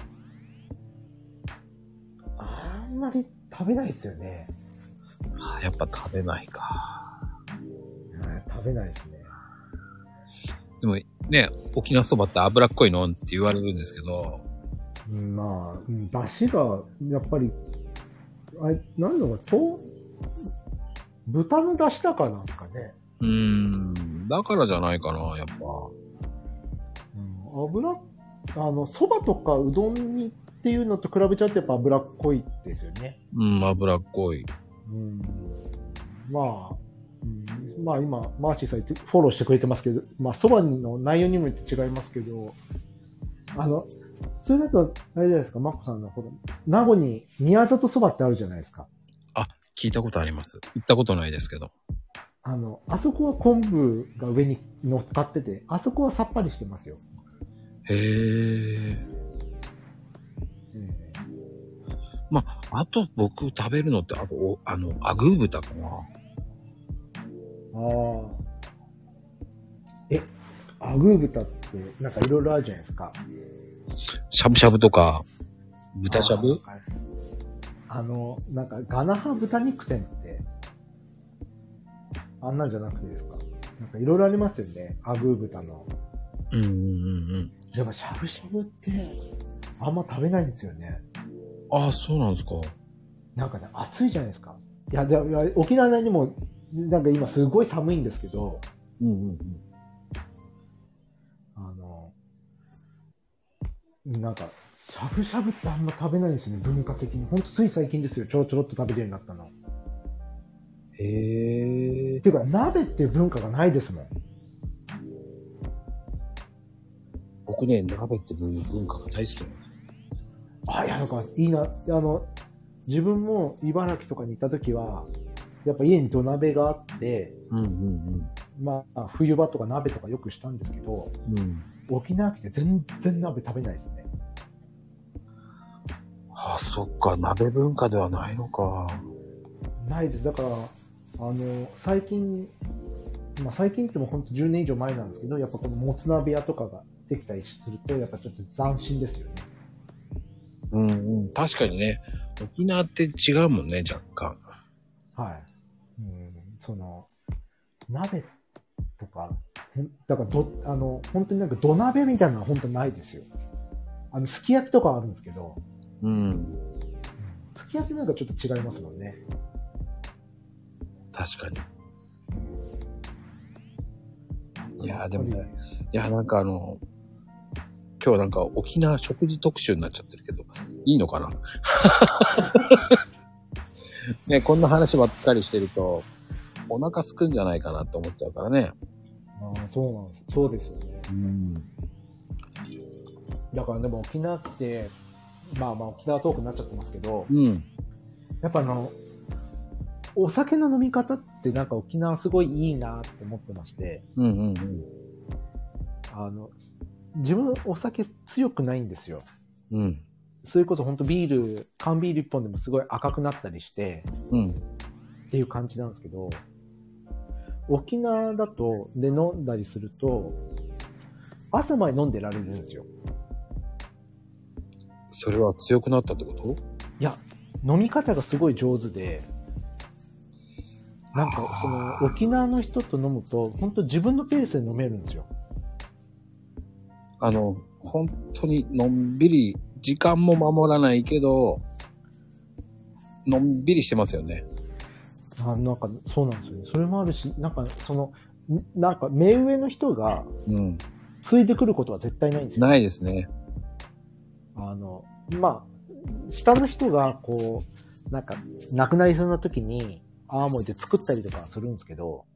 あんまり食べないですよね。 やっぱ食べないか。 食べないですね。 でもね、沖縄そばって脂っこいのって言われるんですけど。 まあ、出汁が、やっぱり、なんだろう、豚の出汁だからなんですかね。 だからじゃないかな、やっぱ。 そばとかうどんにっていうのと比べちゃってやっぱ脂っこいですよね。 脂っこい。 まあ今、マーシーさんフォローしてくれてますけど、まあそばの内容にもよって違いますけど、それだと、あれじゃないですか、マコさんの名護に宮里そばってあるじゃないですか。 聞いたことあります。行ったことないですけど。 あそこは昆布が上に乗っかってて、あそこはさっぱりしてますよ。 へー。まあ、あと僕食べるのって、あと、アグー豚かな。 アグー豚ってなんかいろいろあるじゃないですか。 しゃぶしゃぶとか、豚しゃぶ？ なんかガナハ豚肉店って、あんなんじゃなくてですか。なんかいろいろありますよね。アグー豚の。でもしゃぶしゃぶってあんま食べないんですよね。 そうなんですか。 なんかね、暑いじゃないですか。いや、沖縄にも、なんか今すごい寒いんですけど、なんか、しゃぶしゃぶってあんま食べないんですよね、文化的に。ほんとつい最近ですよ、ちょろちょろっと食べるようになったの。っていうか、鍋っていう文化がないですもん。 僕ね、鍋っていう文化が大好きなんですよ。 いや、なんかいいな。自分も茨城とかに行った時は、やっぱ家に土鍋があって、まあ、冬場とか鍋とかよくしたんですけど、沖縄来て全然鍋食べないですね。 そっか、鍋文化ではないのか。 ないです。だから、最近ってもうほんと10年以上前なんですけど、やっぱこのもつ鍋屋とかができたりすると、やっぱちょっと斬新ですよね。 確かにね、沖縄って違うもんね、若干。 はい。鍋とか、だから本当になんか土鍋みたいなのは本当にないですよ。すき焼きとかはあるんですけど、すき焼きなんかちょっと違いますもんね。 確かに。いや、でもね、なんか今日なんか沖縄食事特集になっちゃってるけど、いいのかなね、こんな話ばっかりしてると、お腹すくんじゃないかなって思っちゃうからね。 そうなんです。そうですよね。だからでも沖縄って、まあ沖縄トークになっちゃってますけど、やっぱお酒の飲み方ってなんか沖縄すごいいいなって思ってまして、自分お酒強くないんですよ。それこそ本当缶ビール一本でもすごい赤くなったりして、っていう感じなんですけど、沖縄だと、で飲んだりすると、朝まで飲んでられるんですよ。 それは強くなったってこと？ いや、飲み方がすごい上手で、なんか沖縄の人と飲むと、本当自分のペースで飲めるんですよ。 本当にのんびり、時間も守らないけど、のんびりしてますよね。 なんか、そうなんですよね。それもあるし、なんか、なんか、目上の人が、ついてくることは絶対ないんですよ。 ないですね。 まあ、下の人が、なんか、亡くなりそうな時に、青森で作ったりとかするんですけど、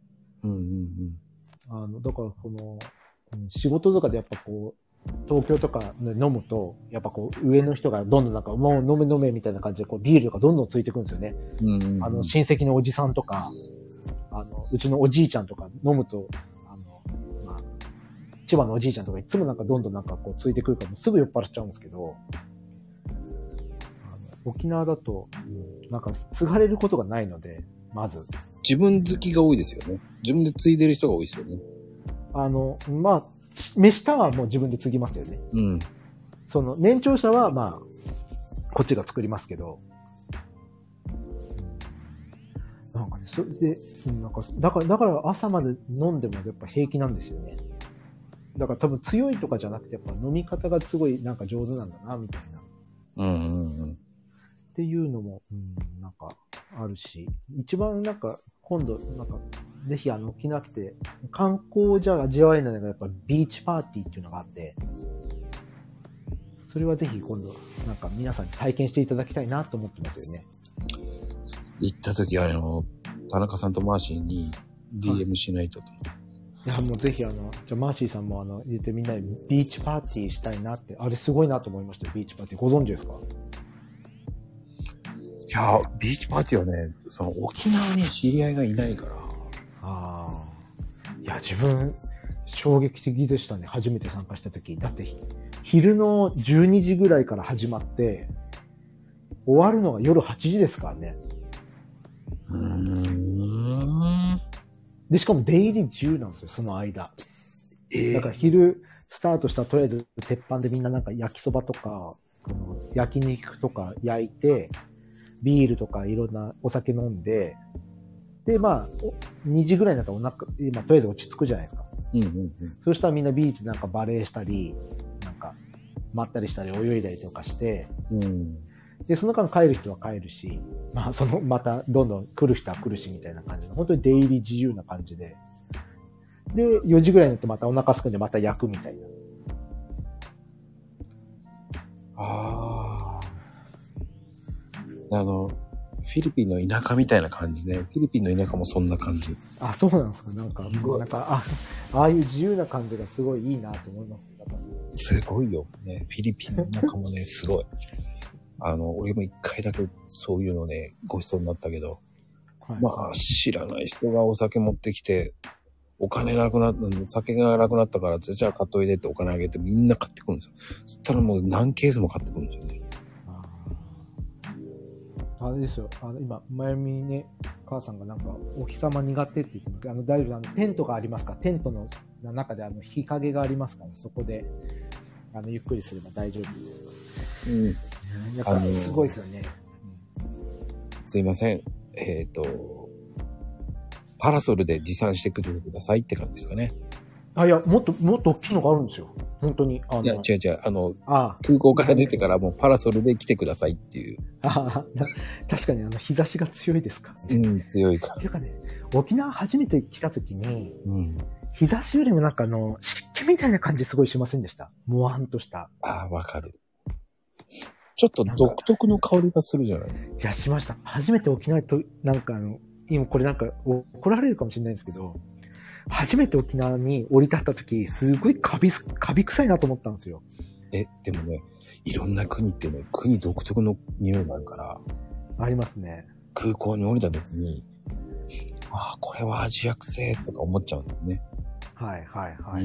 だから仕事とかでやっぱ東京とかで飲むと、やっぱ上の人がどんどんなんか、もう飲めみたいな感じでビールとかどんどんついてくるんですよね。親戚のおじさんとか、うちのおじいちゃんとか飲むと、まあ、 千葉のおじいちゃんとかいつもなんかどんどんなんかこうついてくるからもうすぐ酔っ払っちゃうんですけど、沖縄だと、なんか継がれることがないので、まず。 自分好きが多いですよね。自分で継いでる人が多いですよね。 まあ、目下はもう自分で継ぎますよね。 うん。 その、年長者はまあ、こっちが作りますけど、なんかね、それで、なんか、だから朝まで飲んでもやっぱ平気なんですよね。だから多分強いとかじゃなくて、やっぱ飲み方がすごいなんか上手なんだな、みたいな。 うんうんうん。 っていうのも、なんかあるし、一番なんか今度なんかぜひ沖縄来て観光じゃ味わえないのがやっぱビーチパーティーっていうのがあって、それはぜひ今度なんか皆さんに体験していただきたいなと思ってますよね。 行った時田中さんとマーシーに DM しないとと。 いやもうぜひじゃあマーシーさんも言ってみんなでビーチパーティーしたいなって、あれすごいなと思いました。ビーチパーティーご存知ですか？ いや、ビーチパーティーはね、その沖縄に知り合いがいないから。 ああ。いや、自分、衝撃的でしたね。初めて参加した時。だって、昼の12時ぐらいから始まって、終わるのが夜8時ですからね。で、しかも出入り自由なんですよ、その間。だから昼スタートしたらとりあえず鉄板でみんななんか焼きそばとか、焼肉とか焼いて、ビールとかいろんなお酒飲んで、で、まあ、2時ぐらいになったらとりあえず落ち着くじゃないですか。そうしたらみんなビーチでなんかバレーしたり、なんか、まったりしたり泳いだりとかして、で、その間帰る人は帰るし、まあ、またどんどん来る人は来るしみたいな感じの、本当に出入り自由な感じで。で、4時ぐらいになってまたお腹すくんでまた焼くみたいな。 フィリピンの田舎みたいな感じね。フィリピンの田舎もそんな感じ。 あ、そうなんですか。なんか、ああいう自由な感じがすごいいいなと思います。 すごいよ。ね。フィリピンの田舎もね、すごい。俺も一回だけそういうのね、ご馳走になったけど、はい、まあ、知らない人がお酒持ってきて、お酒がなくなったから、じゃあ買っといでってお金あげてみんな買ってくるんですよ。そしたらもう何ケースも買ってくるんですよね。 あれですよ。今、前にね、母さんがなんか、お日様苦手って言ってますけど、大丈夫、テントがありますか？テントの中で日陰がありますから、そこで、ゆっくりすれば大丈夫です。やっぱすごいですよね。 すいません。パラソルで持参してくださいって感じですかね。 いや、もっと大きいのがあるんですよ。本当に。 いや、違う。空港から出てからもうパラソルで来てくださいっていう。 確かに日差しが強いですか？ 強いから。 っていうかね、沖縄初めて来た時に、日差しよりもなんか湿気みたいな感じすごいしませんでした？もわんとした。 わかる。ちょっと独特の香りがするじゃないですか。 いや、しました。初めて沖縄と、なんか今これなんか怒られるかもしれないんですけど、初めて沖縄に降り立った時、すごいカビ臭いなと思ったんですよ。 でもね、いろんな国ってね、国独特の匂いがあるから。 ありますね。 空港に降りた時に、これはアジアくせーとか思っちゃうんだよね。 はい。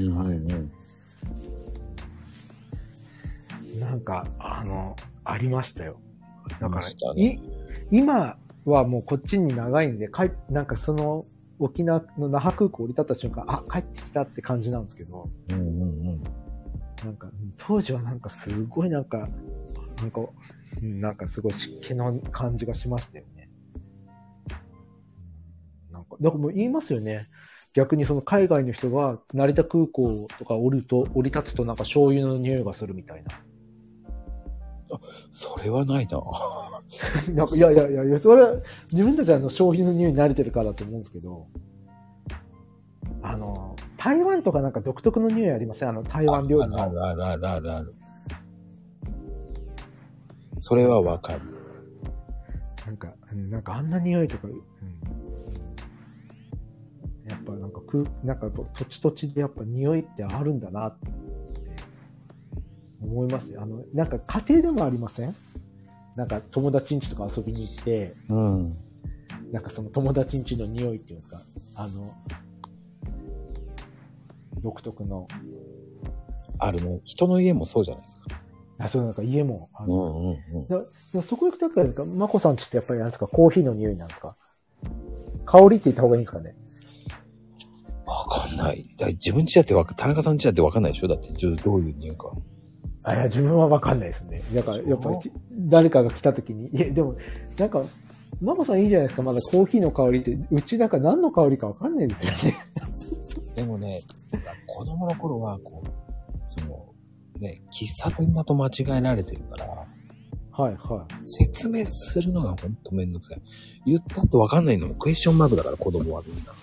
なんか、ありましたよ。だから、今はもうこっちに長いんで、なんか沖縄の那覇空港降り立った瞬間、帰ってきたって感じなんですけど、なんか、当時はなんかすごいなんかすごい湿気の感じがしましたよね。なんか、だからもう言いますよね。逆に海外の人が成田空港とか降り立つとなんか醤油の匂いがするみたいな。 それはないな。 いや、それは自分たちは醤油の匂いに慣れてるからだと思うんですけど、台湾とかなんか独特の匂いありません？台湾料理の。 ある。それはわかる。 なんかあんな匂いとか、やっぱなんか土地でやっぱ匂いってあるんだなって思いますよ。なんか家庭でもありません？なんか友達ん家とか遊びに行って、なんかその友達ん家の匂いっていうんですか、独特の、 あるね。人の家もそうじゃないですか。 あ、そうなんか家もある。 うんうんうん。 でもそこ行くとやっぱりですか、まこさんちってやっぱりなんですか、コーヒーの匂いなんですか？香りって言った方がいいんですかね？ わかんない。自分ちだって田中さんちだってわかんないでしょ？だってどういう匂いか。 いや、自分はわかんないですね。だから、やっぱり、誰かが来た時に、いや、でも、なんか、マコさんいいじゃないですか。まだコーヒーの香りって、うちなんか何の香りかわかんないですよね。 でもね、子供の頃は、喫茶店だと間違えられてるから、 はいはい。 説明するのがほんとめんどくさい。言ったってわかんないのもクエスチョンマークだから、子供はみんな。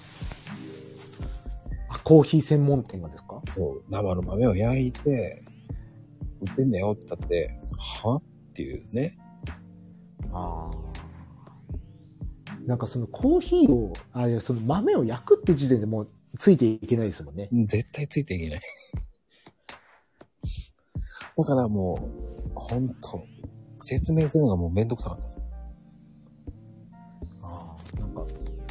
コーヒー専門店がですか？ そう、生の豆を焼いて、売ってんだよって言ったって、はっていうね。 ああ。なんかそのコーヒーを、いや、その豆を焼くって時点でもうついていけないですもんね。 絶対ついていけない。だからもう、ほんと、説明するのがもうめんどくさかったです。 なんか、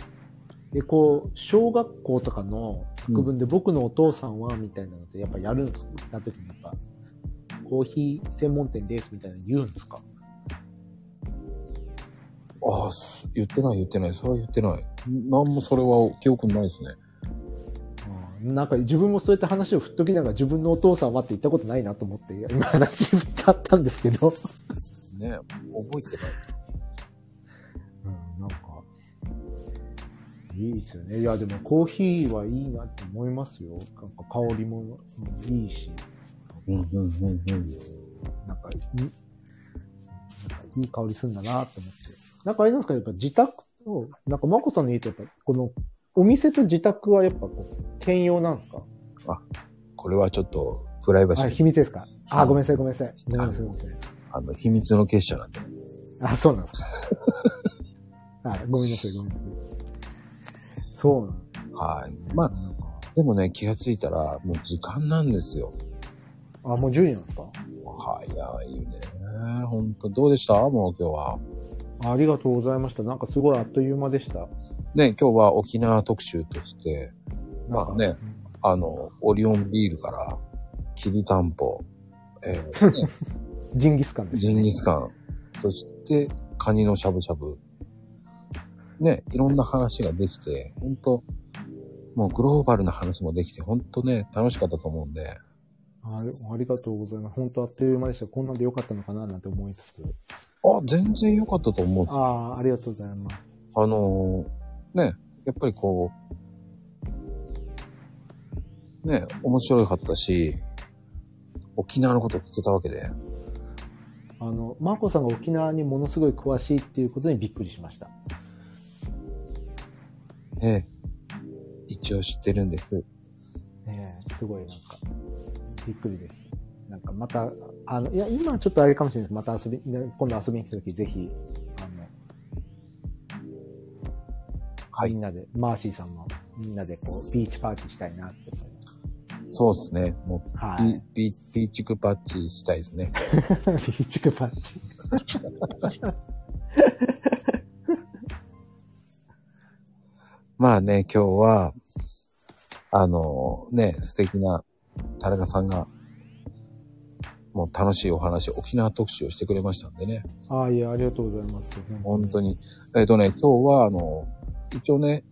小学校とかの作文で僕のお父さんはみたいなのってやっぱやるんですか？な時にやっぱ、コーヒー専門店ですみたいなの言うんですか？ ああ、言ってない。それは言ってない。なんもそれは記憶ないですね。 なんか自分もそうやって話を振っときながら自分のお父さんはって言ったことないなと思って、今話振っちゃったんですけど。 ね、覚えてない。 なんか、いいですよね。いや、でもコーヒーはいいなって思いますよ。なんか香りもいいし。なんかいい香りするんだなって思って。なんかあれなんですか、やっぱ自宅と、なんかマコさんの家ってやっぱ、この、お店と自宅はやっぱ兼用なんですか？ これはちょっと、プライバシー。 秘密ですか？ごめんなさい。 秘密の結社なんで。 そうなんですか。ごめんなさい。そうなんです。 はい。まあ、でもね、気がついたら、もう時間なんですよ。 もう10時なんですか？ 早いね。ほんと、どうでした？もう今日は。 ありがとうございました。なんかすごいあっという間でした。 ね、今日は沖縄特集として、まあね、オリオンビールから、きりたんぽ、 ジンギスカンですね。 ジンギスカン、そして、カニのしゃぶしゃぶ。ね、いろんな話ができて、ほんと、もうグローバルな話もできて、ほんとね、楽しかったと思うんで。 ありがとうございます。本当あっという間でした。こんなんでよかったのかななんて思いつつ。 全然良かったと思うんですよ。 ありがとうございます。 ね、やっぱりね、面白かったし、沖縄のことを聞けたわけで。 マーコさんが沖縄にものすごい詳しいっていうことにびっくりしました。 一応知ってるんです。 すごいなんか、びっくりです。なんかまた、いや、今ちょっとあれかもしれないです。また今度遊びに来た時ぜひ、 はい。 みんなで、マーシーさんもみんなでビーチパーティーしたいなって思います。 そうですね。もう、 はい。 ビーチクパッチしたいですね。 ビーチクパッチ。 まあね、今日は、素敵な田中さんが、もう楽しいお話、沖縄特集をしてくれましたんでね。 いや、ありがとうございます。 本当に。今日は、一応ね、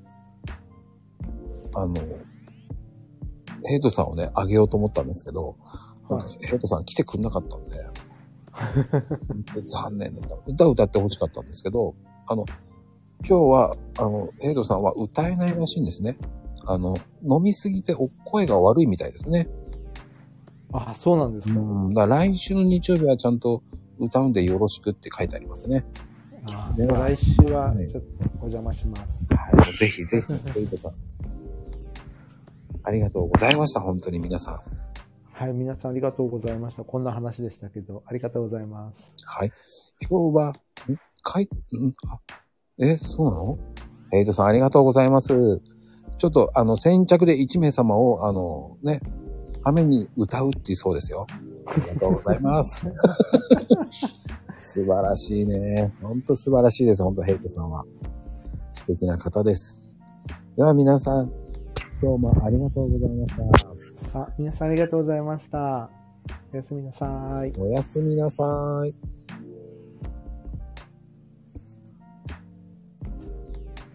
ヘイトさんをね、あげようと思ったんですけど、ヘイトさん来てくんなかったんで、本当残念だった。歌ってほしかったんですけど、今日は、ヘイトさんは歌えないらしいんですね。飲みすぎて声が悪いみたいですね。 そうなんですか。 だから来週の日曜日はちゃんと歌うんでよろしくって書いてありますね。 では来週はちょっとお邪魔します。 はい。ぜひぜひ、ヘイトさん。ありがとうございました。本当に皆さん。 はい、皆さんありがとうございました。こんな話でしたけど、ありがとうございます。 はい。今日は、そうなの？ヘイトさんありがとうございます。ちょっと、先着で1名様を、ために歌うっていうそうですよ。ありがとうございます。素晴らしいね。ほんと素晴らしいです。ほんとヘイトさんは。素敵な方です。では皆さん、 今日もありがとうございました。 皆さんありがとうございました。おやすみなさい。 おやすみなさい。